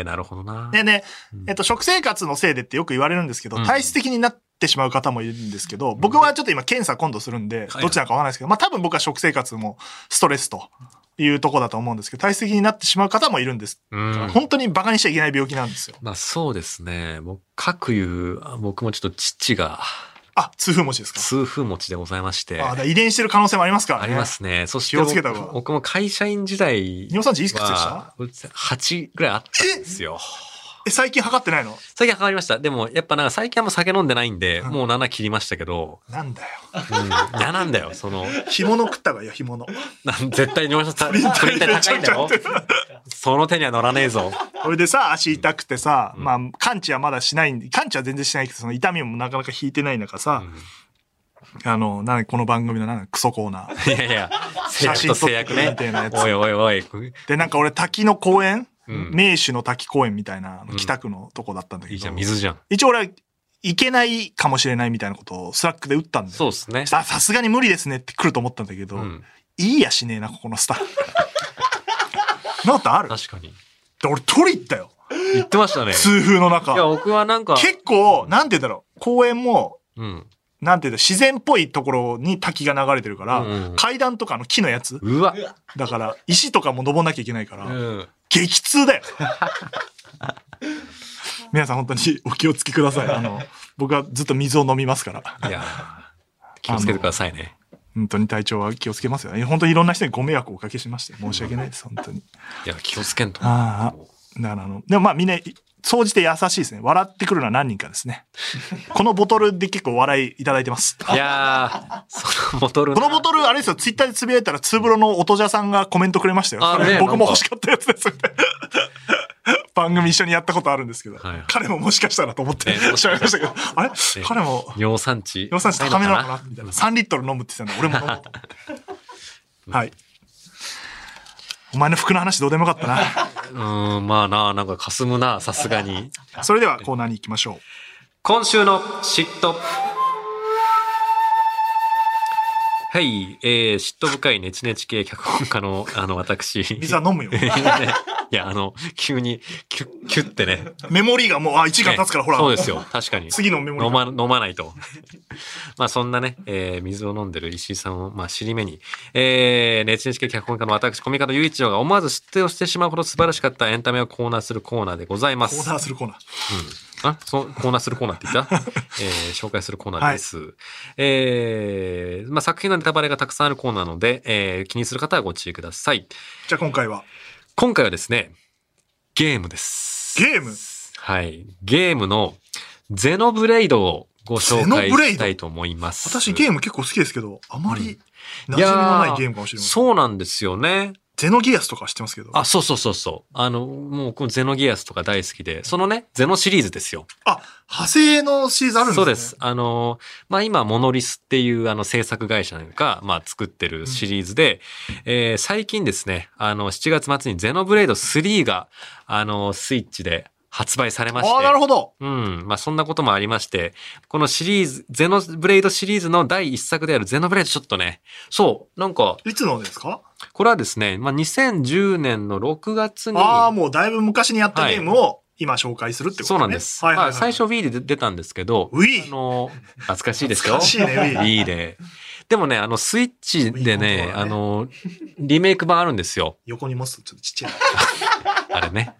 なるほどな。 でね、食生活のせいでってよく言われるんですけど、体質的になってしまう方もいるんですけど、僕はちょっと今検査今度するんで、どっちなのかわからないですけど、まあ多分僕は食生活もストレスというとこだと思うんですけど、体質的になってしまう方もいるんです。本当にバカにしちゃいけない病気なんですよ。 まあそうですね。僕もちょっと父が、 痛風持ちですか？ 痛風持ちでございまして。 遺伝してる可能性もありますからね。 ありますね。そして気をつけた方が。 僕も会社員時代。 尿酸値いくつでした？ 8 ぐらいあったんですよ。 最近測ってないの？ 最近測りました。でも、やっぱなんか最近はもう酒飲んでないんで、もう7切りましたけど。 なんだよ。 嫌なんだよ、 干物食った方がいいよ、干物。 絶対尿酸プリン体高いんだよ。その手には乗らねえぞ。 それでさ、足痛くてさ、まあ、完治はまだしない完治は全然しないけど、その痛みもなかなか引いてない中さ、この番組のクソコーナー。 いや、写真制約ね。おいおいおい。 で、俺滝の公園、名手の滝公園みたいな、北区のとこだったんだけど。 いいじゃん、水じゃん。 一応俺は、行けないかもしれないみたいなことをスラックで打ったんだよ。 そうですね。 さすがに無理ですねって来ると思ったんだけど、いいやしねえな、ここのスタッフ。なことある？ 確かに。 俺取り行ったよ。 行ってましたね。 痛風の中。 いや、僕はなんか。 結構、なんて言うんだろう。公園も、なんて言うんだろう、自然っぽいところに滝が流れてるから、階段とかの木のやつ。 うわ。 だから、石とかも登んなきゃいけないから、激痛だよ。皆さん本当にお気をつけください。僕はずっと水を飲みますから。 いや、気をつけてくださいね。 本当に体調は気をつけますよ。本当にいろんな人にご迷惑をおかけしまして、申し訳ないです、本当に。いや、気をつけんと。 だからでもまあみんな、総じて優しいですね。笑ってくるのは何人かですね。このボトルで結構笑いいただいてます。 いやー、そのボトル。 このボトル、あれですよ、ツイッターでつぶやいたら、ツーブロの音じゃさんがコメントくれましたよ。僕も欲しかったやつです。番組一緒にやったことあるんですけど、彼ももしかしたらと思ってしまいましたけど、あれ彼も尿酸値高めなのかなみたいな。3リットル飲むって言ってたんで、俺も飲もうと思って。はい。お前の服の話どうでもよかったな。まあな、なんか霞むな、さすがに。 それではコーナーに行きましょう。 今週の嫉妬。はい、嫉妬深いネチネチ系脚本家の、私。 水は飲むよ。 いや、急に、キュッてね。 メモリーがもう、1時間経つからほら。 そうですよ。確かに。 次のメモリー。 飲まないと。まあ、そんなね、水を飲んでる石井さんを、まあ、尻目に、ネチネチ系脚本家の私、コミカド雄一郎が思わず失定をしてしまうほど素晴らしかったエンタメをコーナーするコーナーでございます。 コーナーするコーナー。 コーナーするコーナーって言った紹介するコーナーです。まあ、作品のネタバレがたくさんあるコーナーなので、気にする方はご注意ください。 じゃあ今回はですね、ゲームです。 ゲーム？ はい。ゲームのゼノブレイドをご紹介したいと思います。 私ゲーム結構好きですけど、あまり馴染みのないゲームかもしれません。 そうなんですよね。 ゼノギアスとか知ってますけど。 あ、そう。もうこのゼノギアスとか大好きで、そのね、ゼノシリーズですよ。 派生のシリーズあるんですね。 そうです。まあ、今、モノリスっていう制作会社が、まあ、作ってるシリーズで、最近ですね、7月末にゼノブレイド3が、スイッチで発売されまして。 なるほど。 まあ、そんなこともありまして、このシリーズ、ゼノブレイドシリーズの第一作であるゼノブレイドちょっとね、なんか。 いつのですか？ これはですね、まあ、2010年の6月に。 もうだいぶ昔にやったゲームを今紹介するってことね。 そうなんです。最初 Wii で出たんですけど。 Wii？ 懐かしいですよ。 懐かしいね、 Wii で。でもね、スイッチでね、リメイク版あるんですよ。 横に持つとちょっとちっちゃい。 あれね。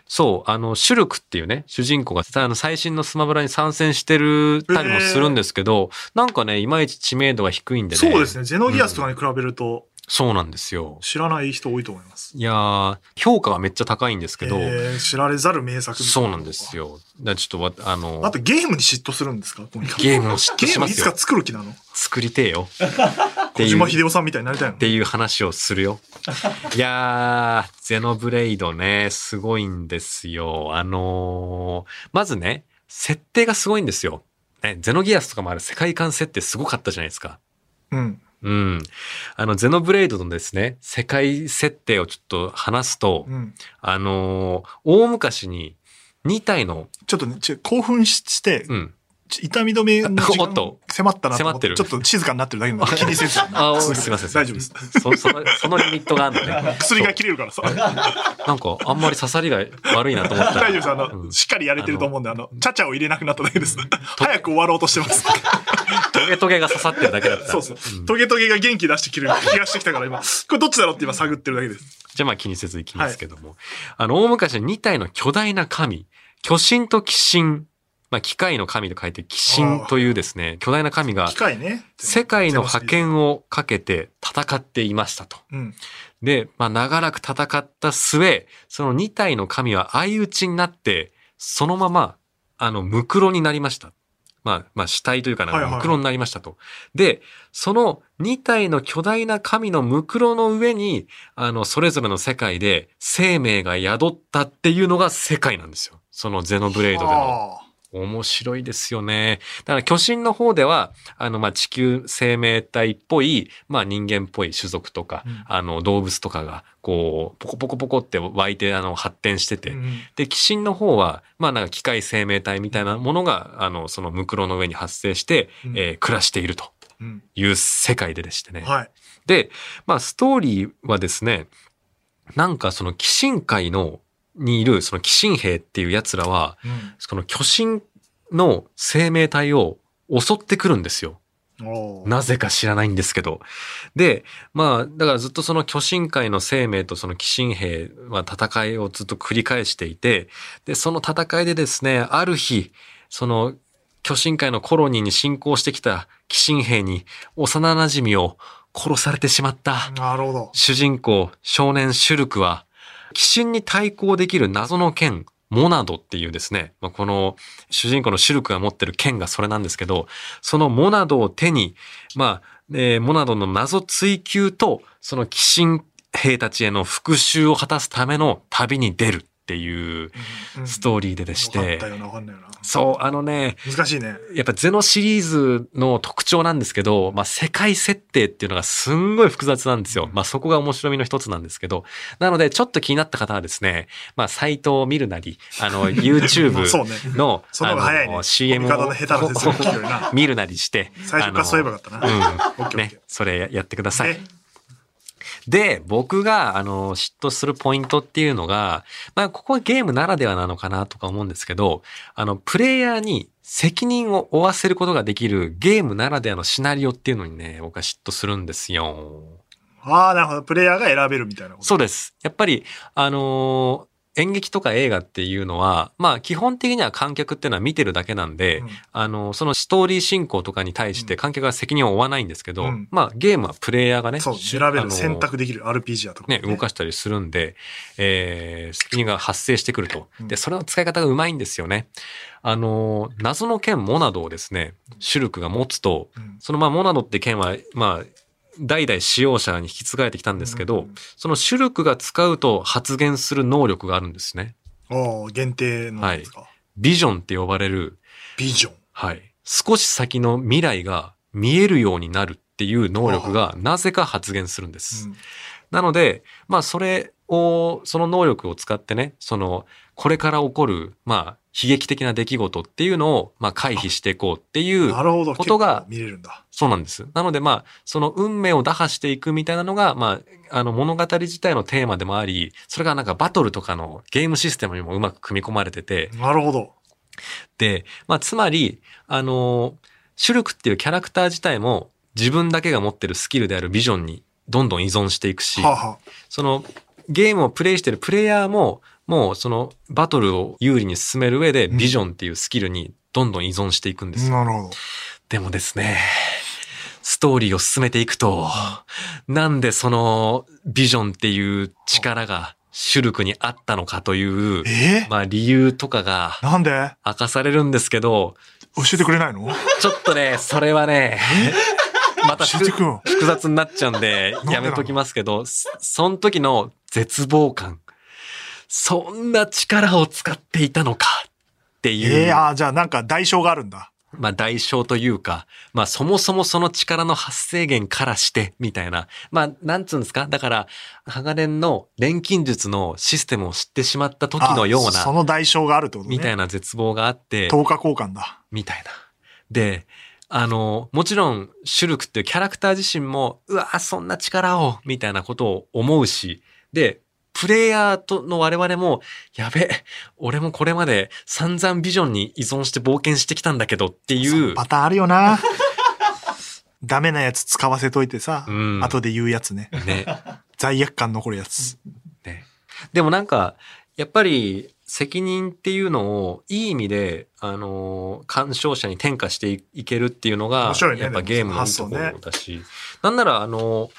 そう、シュルクっていうね、主人公が最新のスマブラに参戦してるたりもするんですけど、なんかね、いまいち知名度が低いんでね。 そうですね。ゼノギアスとかに比べると、 そうなんですよ。 知らない人多いと思います。 いやー、評価はめっちゃ高いんですけど。 知られざる名作みたいな。 そうなんですよ。ちょっとあとゲームに嫉妬するんですか？ ゲームを嫉妬しますよ。 ゲームいつか作る気なの？ 作りてえよ。 小島秀夫さんみたいになりたいの？ っていう話をするよ。いやー、ゼノブレイドね、すごいんですよ。まずね、設定がすごいんですよ。ね、ゼノギアスとかもある世界観設定すごかったじゃないですか。 うん。 うん。ゼノブレイドのですね、世界設定をちょっと話すと、大昔に2体の。 ちょっとね、興奮して、痛み止めの時間迫ったなと思って、ちょっと静かになってるだけなので気にせず。 すいません。 大丈夫です。 そのリミットがあるのね。 薬が切れるからさ。 なんか、あんまり刺さりが悪いなと思ったら。 大丈夫です。しっかりやれてると思うんで、チャチャを入れなくなっただけです。早く終わろうとしてます。 トゲトゲが刺さってるだけだった。 そうそう。トゲトゲが元気出してきる気がしてきたから今、これどっちだろうって今探ってるだけです。 じゃあまあ気にせずいきますけども。大昔の2体の巨大な神、巨神と鬼神、まあ、機械の神と書いて鬼神というですね、巨大な神が、世界の覇権をかけて戦っていましたと。で、まあ、長らく戦った末、その2体の神は相打ちになって、そのまま、ムクロになりました。まあ、死体というかムクロになりましたと。で、その2体の巨大な神のムクロの上に、それぞれの世界で生命が宿ったっていうのが世界なんですよ。そのゼノブレイドでの。面白いですよね。だから巨神の方では、まあ、地球生命体っぽい、まあ、人間っぽい種族とか、動物とかが、こう、ポコポコポコって湧いて、発展してて、で、鬼神の方は、まあ、なんか機械生命体みたいなものが、そのムクロの上に発生して、暮らしているという世界でしてね。で、まあ、ストーリーはですね、なんかその鬼神界にいるその鬼神兵っていう奴らは、この巨神の生命体を襲ってくるんですよ。なぜか知らないんですけど。で、まあ、だからずっとその巨神界の生命とその鬼神兵は戦いをずっと繰り返していて、で、その戦いでですね、ある日、その巨神界のコロニーに侵攻してきた鬼神兵に幼馴染を殺されてしまった主人公、少年シュルクは、鬼神に対抗できる謎の剣、モナドっていうですね、まあ、この主人公のシュルクが持ってる剣がそれなんですけど、そのモナドを手に、まあ、モナドの謎追求と、その鬼神兵たちへの復讐を果たすための旅に出るっていうストーリーでして、そう、 難しいね。 やっぱゼノシリーズの特徴なんですけど、まあ世界設定っていうのがすんごい複雑なんですよ。まあそこが面白みの一つなんですけど、なのでちょっと気になった方はですね、まあサイトを見るなり、YouTube の、CM を見るなりして、 最初からそういえばよかったな。 ね、それやってください。で、僕が、嫉妬するポイントっていうのが、まあ、ここはゲームならではなのかなとか思うんですけど、プレイヤーに責任を負わせることができるゲームならではのシナリオっていうのにね、僕は嫉妬するんですよ。 ああ、なるほど。プレイヤーが選べるみたいなこと。 そうです。やっぱり、演劇とか映画っていうのは、まあ基本的には観客っていうのは見てるだけなんで、そのストーリー進行とかに対して観客が責任を負わないんですけど、まあゲームはプレイヤーがね、 選べる、選択できる RPG だとかね、動かしたりするんで、責任が発生してくると。で、それの使い方がうまいんですよね。謎の剣モナドをですね、シュルクが持つと、そのまあモナドって剣は、まあ、代々使用者に引き継がれてきたんですけど、そのシュルクが使うと発現する能力があるんですね。 限定のですか。 ビジョンって呼ばれる。 ビジョン。 はい。少し先の未来が見えるようになるっていう能力がなぜか発現するんです。なので、まあその能力を使ってね、これから起こる、まあ、悲劇的な出来事っていうのを、まあ、回避していこうっていうことが、 見れるんだ。 そうなんです。なので、まあ、その運命を打破していくみたいなのが、まあ、物語自体のテーマでもあり、それがなんかバトルとかのゲームシステムにもうまく組み込まれてて。 なるほど。 で、まあ、つまり、シュルクっていうキャラクター自体も自分だけが持ってるスキルであるビジョンにどんどん依存していくし、そのゲームをプレイしてるプレイヤーも、 もうそのバトルを有利に進める上でビジョンっていうスキルにどんどん依存していくんですよ。 なるほど。 でもですね、ストーリーを進めていくと、なんでそのビジョンっていう力がシュルクにあったのかという、まあ理由とかがなんで明かされるんですけど、 教えてくれないの？ ちょっとね、それはね、また複雑になっちゃうんで、やめときますけど、その時の絶望感。そんな力を使っていたのかっていう。 じゃあなんか代償があるんだ。 まあ代償というか、まあそもそもその力の発生源からして、みたいな。まあなんつうんですか？だから、鋼の錬金術のシステムを知ってしまった時のような。 その代償があるってことね。 みたいな絶望があって。 等価交換だ。 みたいな。で、もちろん、シュルクっていうキャラクター自身も、うわ、そんな力を、みたいなことを思うし、で、プレイヤーの我々も、やべ、俺もこれまで散々ビジョンに依存して冒険してきたんだけどっていう。 パターンあるよな。ダメなやつ使わせといてさ、後で言うやつね。罪悪感残るやつ。 でもなんか、やっぱり責任っていうのをいい意味で、鑑賞者に転嫁していけるっていうのが、やっぱゲームのいいところだし、なんなら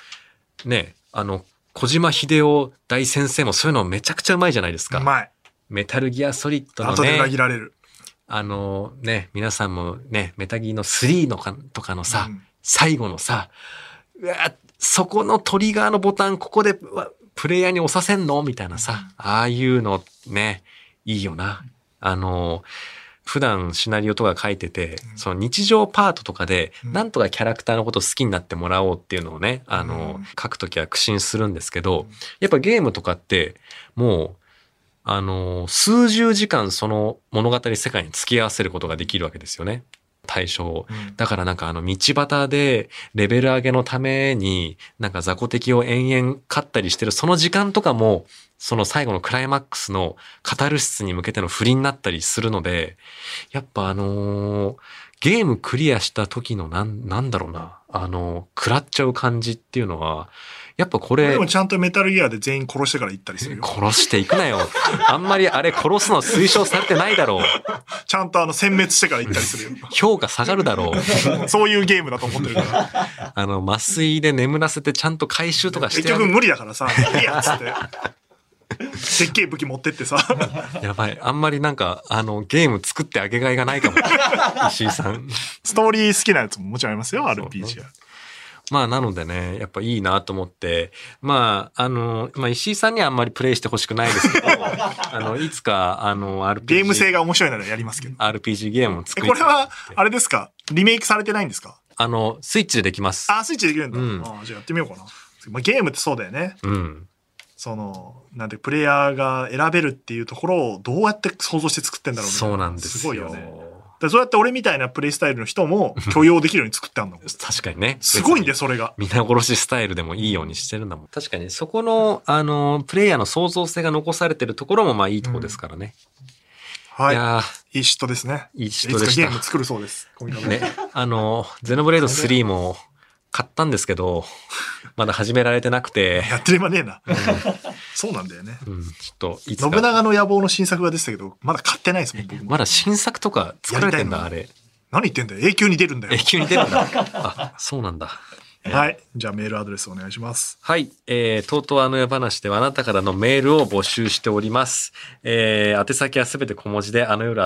小島秀夫大先生もそういうのめちゃくちゃうまいじゃないですか。 うまい。 メタルギアソリッドのね。 後で裏切られる。 皆さんもね、メタギーの3とかのさ、最後のさ、そこのトリガーのボタンここでプレイヤーに押させんのみたいなさ、ああいうのね、いいよな。普段シナリオとか書いてて、その日常パートとかで、なんとかキャラクターのことを好きになってもらおうっていうのをね、書くときは苦心するんですけど、やっぱゲームとかって、もう、数十時間その物語世界に付き合わせることができるわけですよね。対象。だからなんか道端でレベル上げのためになんか雑魚敵を延々勝ったりしてるその時間とかもその最後のクライマックスのカタルシスに向けての振りになったりするので、やっぱゲームクリアした時のなんだろうな、食らっちゃう感じっていうのは、やっぱこれ。 でもちゃんとメタルギアで全員殺してから行ったりするよ。 殺していくなよ。あんまりあれ殺すの推奨されてないだろう。 ちゃんと殲滅してから行ったりするよ。 評価下がるだろう。そういうゲームだと思ってるから。麻酔で眠らせてちゃんと回収とかして。 結局無理だからさ、いいやっつって。でっけえ武器持ってってさ。 やばい。あんまりなんか、ゲーム作ってあげがいがないかも。石井さん。 ストーリー好きなやつももちろんありますよ、RPG は。 まあ、なのでね、やっぱいいなと思って、石井さんにはあんまりプレイしてほしくないですけど、いつか、 RPG。ゲーム性が面白いならやりますけど。 RPG ゲームを作りたい。これは、あれですか？リメイクされてないんですか？ スイッチでできます。 スイッチでできるんだ。じゃあやってみようかな。ゲームってそうだよね。なんてプレイヤーが選べるっていうところをどうやって想像して作ってんだろうみたいな。 そうなんですよ。 すごいよね。そうやって俺みたいなプレイスタイルの人も許容できるように作ってあるの。 確かにね。 すごいんで、それが。 皆殺しスタイルでもいいようにしてるんだもん。確かに、そこの、プレイヤーの創造性が残されてるところも、まあいいとこですからね。 はい。いい嫉妬ですね。 いい嫉妬でした。 いつかゲーム作るそうです。 ね。ゼノブレード3も買ったんですけど、まだ始められてなくて。 やってればねえな。そうなんだよね。 ちょっと、いつか。 信長の野望の新作が出てたけど、まだ買ってないですもん、僕も。 まだ新作とか作られてんだ、あれ。 何言ってんだよ。永久に出るんだよ。 永久に出るんだ。あ、そうなんだ。 はい。じゃあメールアドレスお願いします。 はい。とうとうあの世話ではあなたからのメールを募集しております。宛先はすべて小文字で、あの夜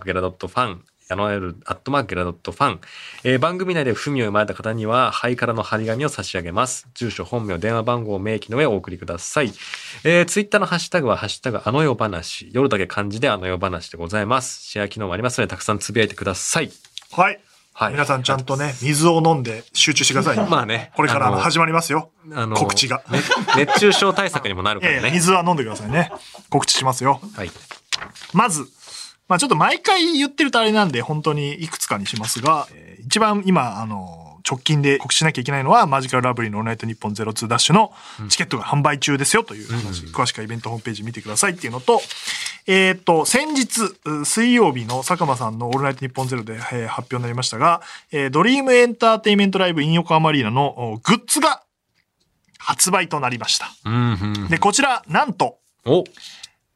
@gera.fun。@gera.fun。番組内で文を読まれた方には、ハイカラの張り紙を差し上げます。住所、本名、電話番号を明記の上お送りください。ツイッターのハッシュタグは、ハッシュタグあの夜話。夜だけ漢字であの夜話でございます。シェア機能もありますので、たくさんつぶやいてください。 はい。はい。皆さんちゃんとね、水を飲んで集中してください。 まあね。 これから始まりますよ。告知が。 熱中症対策にもなるからね。 水は飲んでくださいね。告知しますよ。 はい。 まず、ちょっと毎回言ってるとあれなんで、本当にいくつかにしますが、一番今、直近で告知しなきゃいけないのは、マジカルラブリーのオールナイトニッポン02ダッシュのチケットが販売中ですよという話、詳しくはイベントホームページ見てくださいっていうのと、先日、水曜日の佐久間さんのオールナイトニッポンゼロで発表になりましたが、ドリームエンターテイメントライブイン横浜アリーナのグッズが発売となりました。で、こちら、なんと、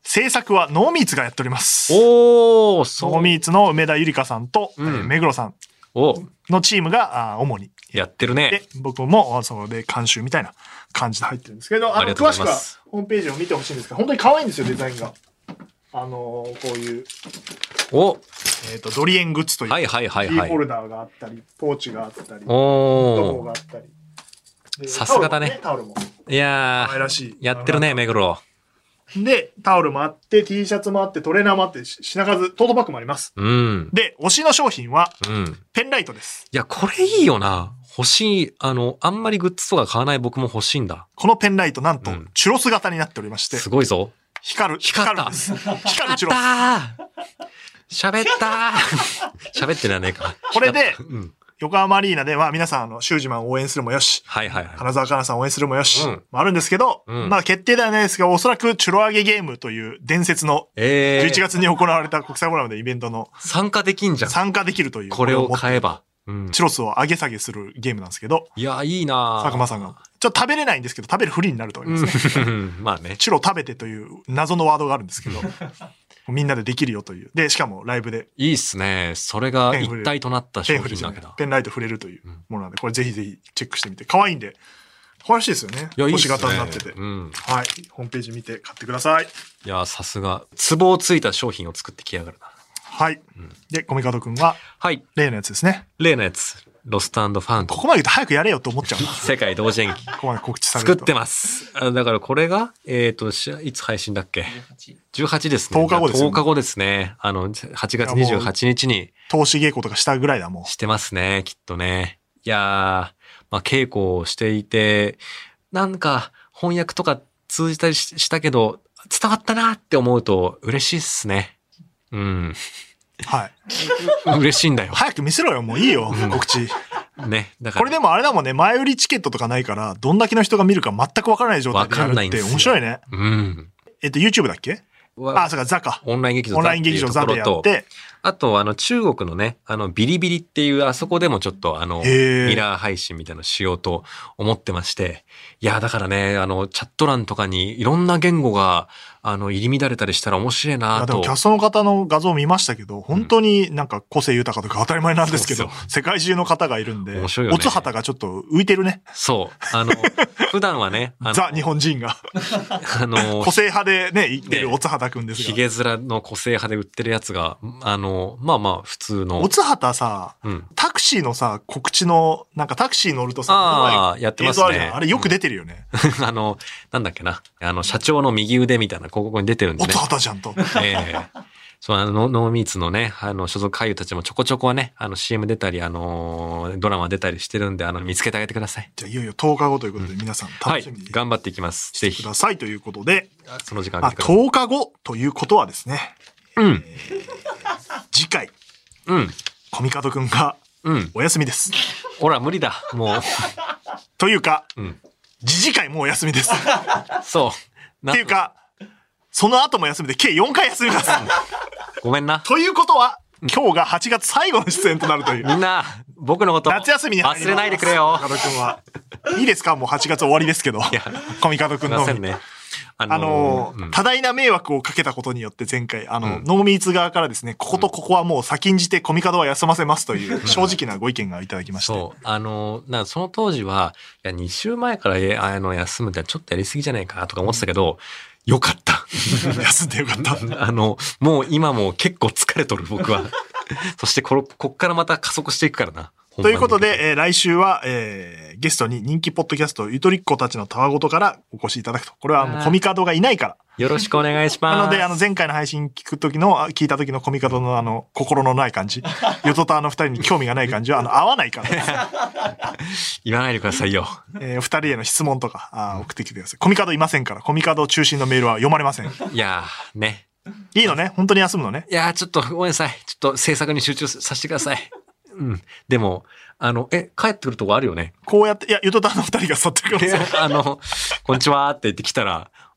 制作はノーミーツがやっております。 おー、そう。 ノーミーツの梅田ゆりかさんと、目黒さんのチームが主にやってるね。 で、僕もそれで監修みたいな感じで入ってるんですけど、詳しくはホームページを見てほしいんですけど、本当に可愛いんですよ、デザインが。こういう、ドリエングッズという、キーホルダーがあったり、ポーチがあったり、ドボがあったり。 さすがだね。 タオルも。 いやー、 可愛らしい。 やってるね、目黒。 で、タオルもあって、T シャツもあって、トレーナーもあって、品数、トートバッグもあります。で、推しの商品は、ペンライトです。 いや、これいいよな。欲しい、あんまりグッズとか買わない僕も欲しいんだ。 このペンライト、なんと、チュロス型になっておりまして。 すごいぞ。 光るんです。光るチュロス。喋った喋ってらねえか。 これで、横浜アリーナでは皆さん、シュージマンを応援するもよし、花澤香菜さんを応援するもよし、あるんですけど、まあ決定ではないですが、おそらくチュロ上げゲームという伝説の、11月に行われた国際フォーラムでイベントの、 参加できんじゃん。 参加できるという。 これを買えば。 チュロスを上げ下げするゲームなんですけど。 いや、いいな佐久間さんが。ちょっと食べれないんですけど、食べる不利になると思いますね。 まあね。 チュロ食べてという謎のワードがあるんですけど、みんなでできるよという。で、しかもライブで。 いいっすね。それが一体となった商品だけど。 ペンライト触れるというものなんで、これぜひぜひチェックしてみて。可愛いんで。可愛らしいですよね。 いや、いいっすね。 星型になってて。はい。ホームページ見て買ってください。 いや、さすが。ツボをついた商品を作ってきやがるな。 はい。で、コミカドくんは、はい。例のやつですね。 例のやつ。ロスト&ファウンド。 ここまで言うと早くやれよと思っちゃう。 世界同時演劇。 ここまで告知されると。 作ってます。だからこれが、いつ配信だっけ ?18 ですね。 10日後ですね。 10日後ですね。8月28日に。 投資稽古とかしたぐらいだもん。 してますね、きっとね。いやー、まあ稽古をしていて、なんか翻訳とか通じたりしたけど、伝わったなって思うと嬉しいっすね。 はい。 嬉しいんだよ。 早く見せろよ、もういいよ、告知。 ね。だから。 これでもあれだもんね、前売りチケットとかないから、どんだけの人が見るか全くわからない状態でやるって面白いね。YouTube だっけ？そうか、ザか。 オンライン劇場ザでやって。 あと、中国のね、ビリビリっていう、あそこでもちょっと、ミラー配信みたいなのしようと思ってまして。いや、だからね、チャット欄とかにいろんな言語が、入り乱れたりしたら面白いなと。 でもキャストの方の画像見ましたけど、本当になんか個性豊かとか当たり前なんですけど、世界中の方がいるんで、面白いよね。おつはたがちょっと浮いてるね。 そう。普段はね、 ザ日本人が。個性派でね、言ってるおつはたくんですが。 ヒゲ面の個性派で売ってるやつが、まあまあ普通の。 おつはたさ、タクシーのさ、告知の、なんかタクシー乗るとさ、 やってますね。 あれよく出てるよね。 なんだっけな。社長の右腕みたいな広告に出てるんでね。 おつはたじゃんと。 そう、ノーミーツのね、所属俳優たちもちょこちょこはね、CM 出たり、ドラマ出たりしてるんで、見つけてあげてください。 じゃあ、いよいよ10日後ということで、皆さん楽しみに、 はい、頑張っていきます。 ぜひ。くださいということで、 その時間見てください。 10日後ということはですね、次回、コミカドくんが、お休みです。 ほら、無理だ、もう。 というか、次回もお休みです。 そう。 っていうか、その後も休みで計4回休みます。 ごめんな。 ということは、今日が8月最後の出演となるという。 みんな、僕のこと夏休みに忘れないでくれよ。 コミカドくんは。いいですか？もう8月終わりですけど。コミカドくんの。多大な迷惑をかけたことによって前回、ノーミーツ側からですね、こことここはもう先んじてコミカドは休ませますという正直なご意見がいただきました。 そう。その当時は、いや、2週前から休むってちょっとやりすぎじゃないかとか思ってたけど、よかった。 休んでよかった。 もう今も結構疲れとる僕は。そしてこっからまた加速していくからな。 ということで、来週は、ゲストに人気ポッドキャスト、ゆとりっ子たちのたわごとからお越しいただくと。これはもうコミカドがいないから。 よろしくお願いします。 なので、前回の配信聞いた時のコミカドの心のない感じ、ヨトタの二人に興味がない感じは、合わないからです。 言わないでくださいよ。 二人への質問とか、送ってきてください。コミカドいませんから、コミカド中心のメールは読まれません。 いやー、ね。 いいのね？本当に休むのね？ いやー、ちょっとごめんなさい。ちょっと制作に集中させてください。でも、帰ってくるとこあるよね。 こうやって、いや、ゆとたの二人が去ってくるんですよ。 こんにちはって言ってきたら、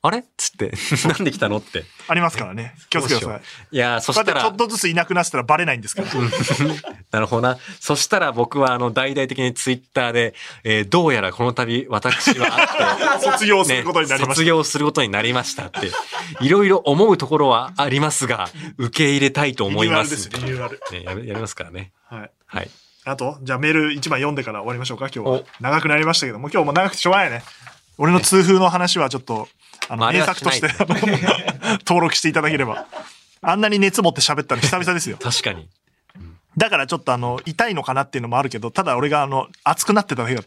あれっつってなんで来たのってありますからね。気をつけてください。 いやそしたらちょっとずついなくなってたらバレないんですから。 なるほどな。そしたら僕は大々的にツイッターで、どうやらこの度私はあって卒業することになりました。 卒業することになりましたって、いろいろ思うところはありますが、受け入れたいと思います。 リニューアルです。 ね、やりますからね。 はい。 はい。 あと、じゃあメール1枚読んでから終わりましょうか、今日は。長くなりましたけども、今日も長くてしょうがないね。俺の痛風の話はちょっと、名作として登録していただければ。あんなに熱持って喋ったの久々ですよ。 確かに。 だからちょっと痛いのかなっていうのもあるけど、ただ俺が熱くなってただけだった。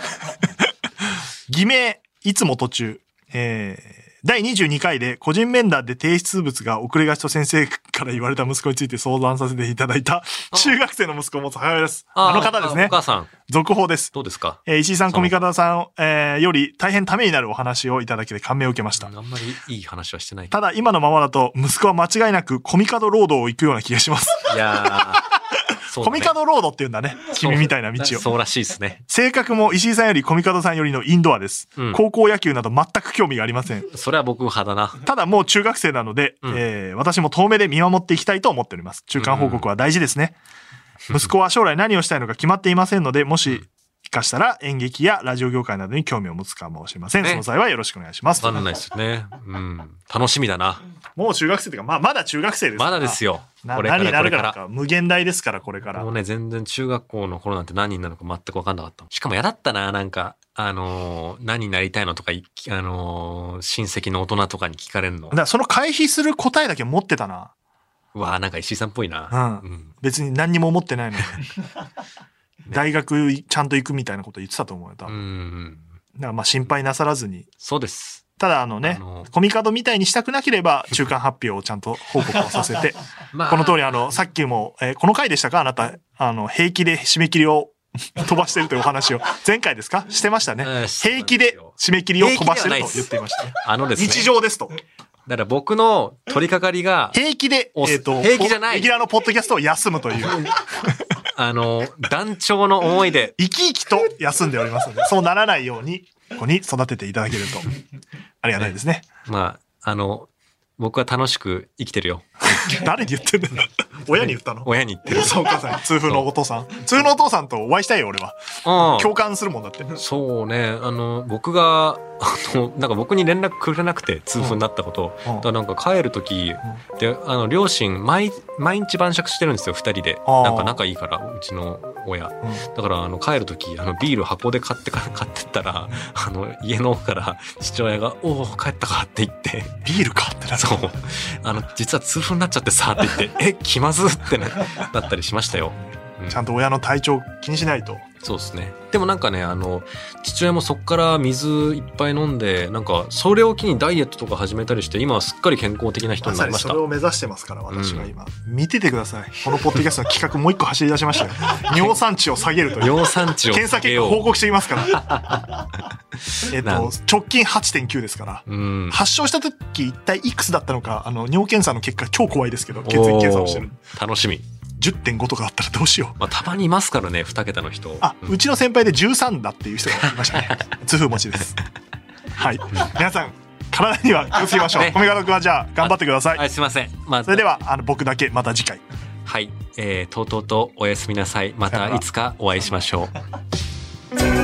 偽名、いつも途中。第22回で個人面談で提出物が遅れがちと先生から言われた息子について相談させていただいた中学生の息子を持つ母親です。あの方ですね。 お母さん。 続報です。 どうですか？ 石井さん、コミカドさん、より大変ためになるお話をいただきで感銘を受けました。 あんまりいい話はしてない。 ただ今のままだと息子は間違いなくコミカドロードを行くような気がします。 いやー。 コミカドロードって言うんだね。君みたいな道を。 そうらしいですね。 性格も石井さんよりコミカドさんよりのインドアです。高校野球など全く興味がありません。 それは僕派だな。 ただもう中学生なので、私も遠目で見守っていきたいと思っております。中間報告は大事ですね。息子は将来何をしたいのか決まっていませんので、もしかしたら演劇やラジオ業界などに興味を持つかもしれません。その際はよろしくお願いします。 わかんないですね。楽しみだな。 もう中学生というか、まだ中学生ですから。 まだですよ。 これから何になるか無限大ですから、これから。 もうね、全然中学校の頃なんて何になるのか全く分かんなかった。しかも嫌だったな、なんか、何になりたいのとか、親戚の大人とかに聞かれるの。 だからその回避する答えだけ持ってたな。 うわぁ、なんか石井さんっぽいな。 別に何にも思ってないのに。大学ちゃんと行くみたいなこと言ってたと思うよ、多分。だからまあ心配なさらずに。 そうです。 ただコミカドみたいにしたくなければ中間発表をちゃんと報告をさせて、この通りさっきも、この回でしたかあなた、平気で締め切りを飛ばしてるというお話を、前回ですかしてましたね。平気で締め切りを飛ばしてると言っていましたね。 ですね。 日常ですと。 だから僕の取り掛かりが、 平気で、 平気じゃない。 レギュラーのポッドキャストを休むという。 団長の思いで。 生き生きと休んでおりますので、そうならないように、ここに育てていただけると、ありがたいですね。 まあ、僕は楽しく生きてるよ。 誰に言ってんだよ。親に言ったの？ 親に言ってる。 そうかさん、痛風のお父さん。痛風のお父さんとお会いしたいよ、俺は。共感するもんだって。 そうね、僕が、なんか僕に連絡くれなくて、痛風になったこと。だからなんか帰るとき、で、両親、毎日晩酌してるんですよ、二人で。なんか仲いいから、うちの親。だから、帰るとき、ビール箱で買ってったら、家の奥から父親が、おー、帰ったかって言って。 ビールかってなる。 そう。実は痛風になっちゃってさ、って言って、気まずってなったりしましたよ。 ちゃんと親の体調気にしないと。 そうですね。でもなんかね、父親もそっから水いっぱい飲んで、なんかそれを機にダイエットとか始めたりして、今はすっかり健康的な人になりました。 それを目指してますから、私は今。見ててください。このポッドキャストの企画もう一個走り出しましたよ。尿酸値を下げるという。 尿酸値を検査結果報告していますから。直近 8.9 ですから。発症した時一体いくつだったのか、尿検査の結果超怖いですけど、血液検査をしてる。 楽しみ。 10.5 とかあったらどうしよう。 たまにいますからね、2桁の人。 うちの先輩で13だっていう人がいましたね。痛風持ちです。はい。皆さん、体には気をつけましょう。コミカド君はじゃあ、頑張ってください。 すいません。 それでは、僕だけまた次回。 はい。とうとうとおやすみなさい。またいつかお会いしましょう。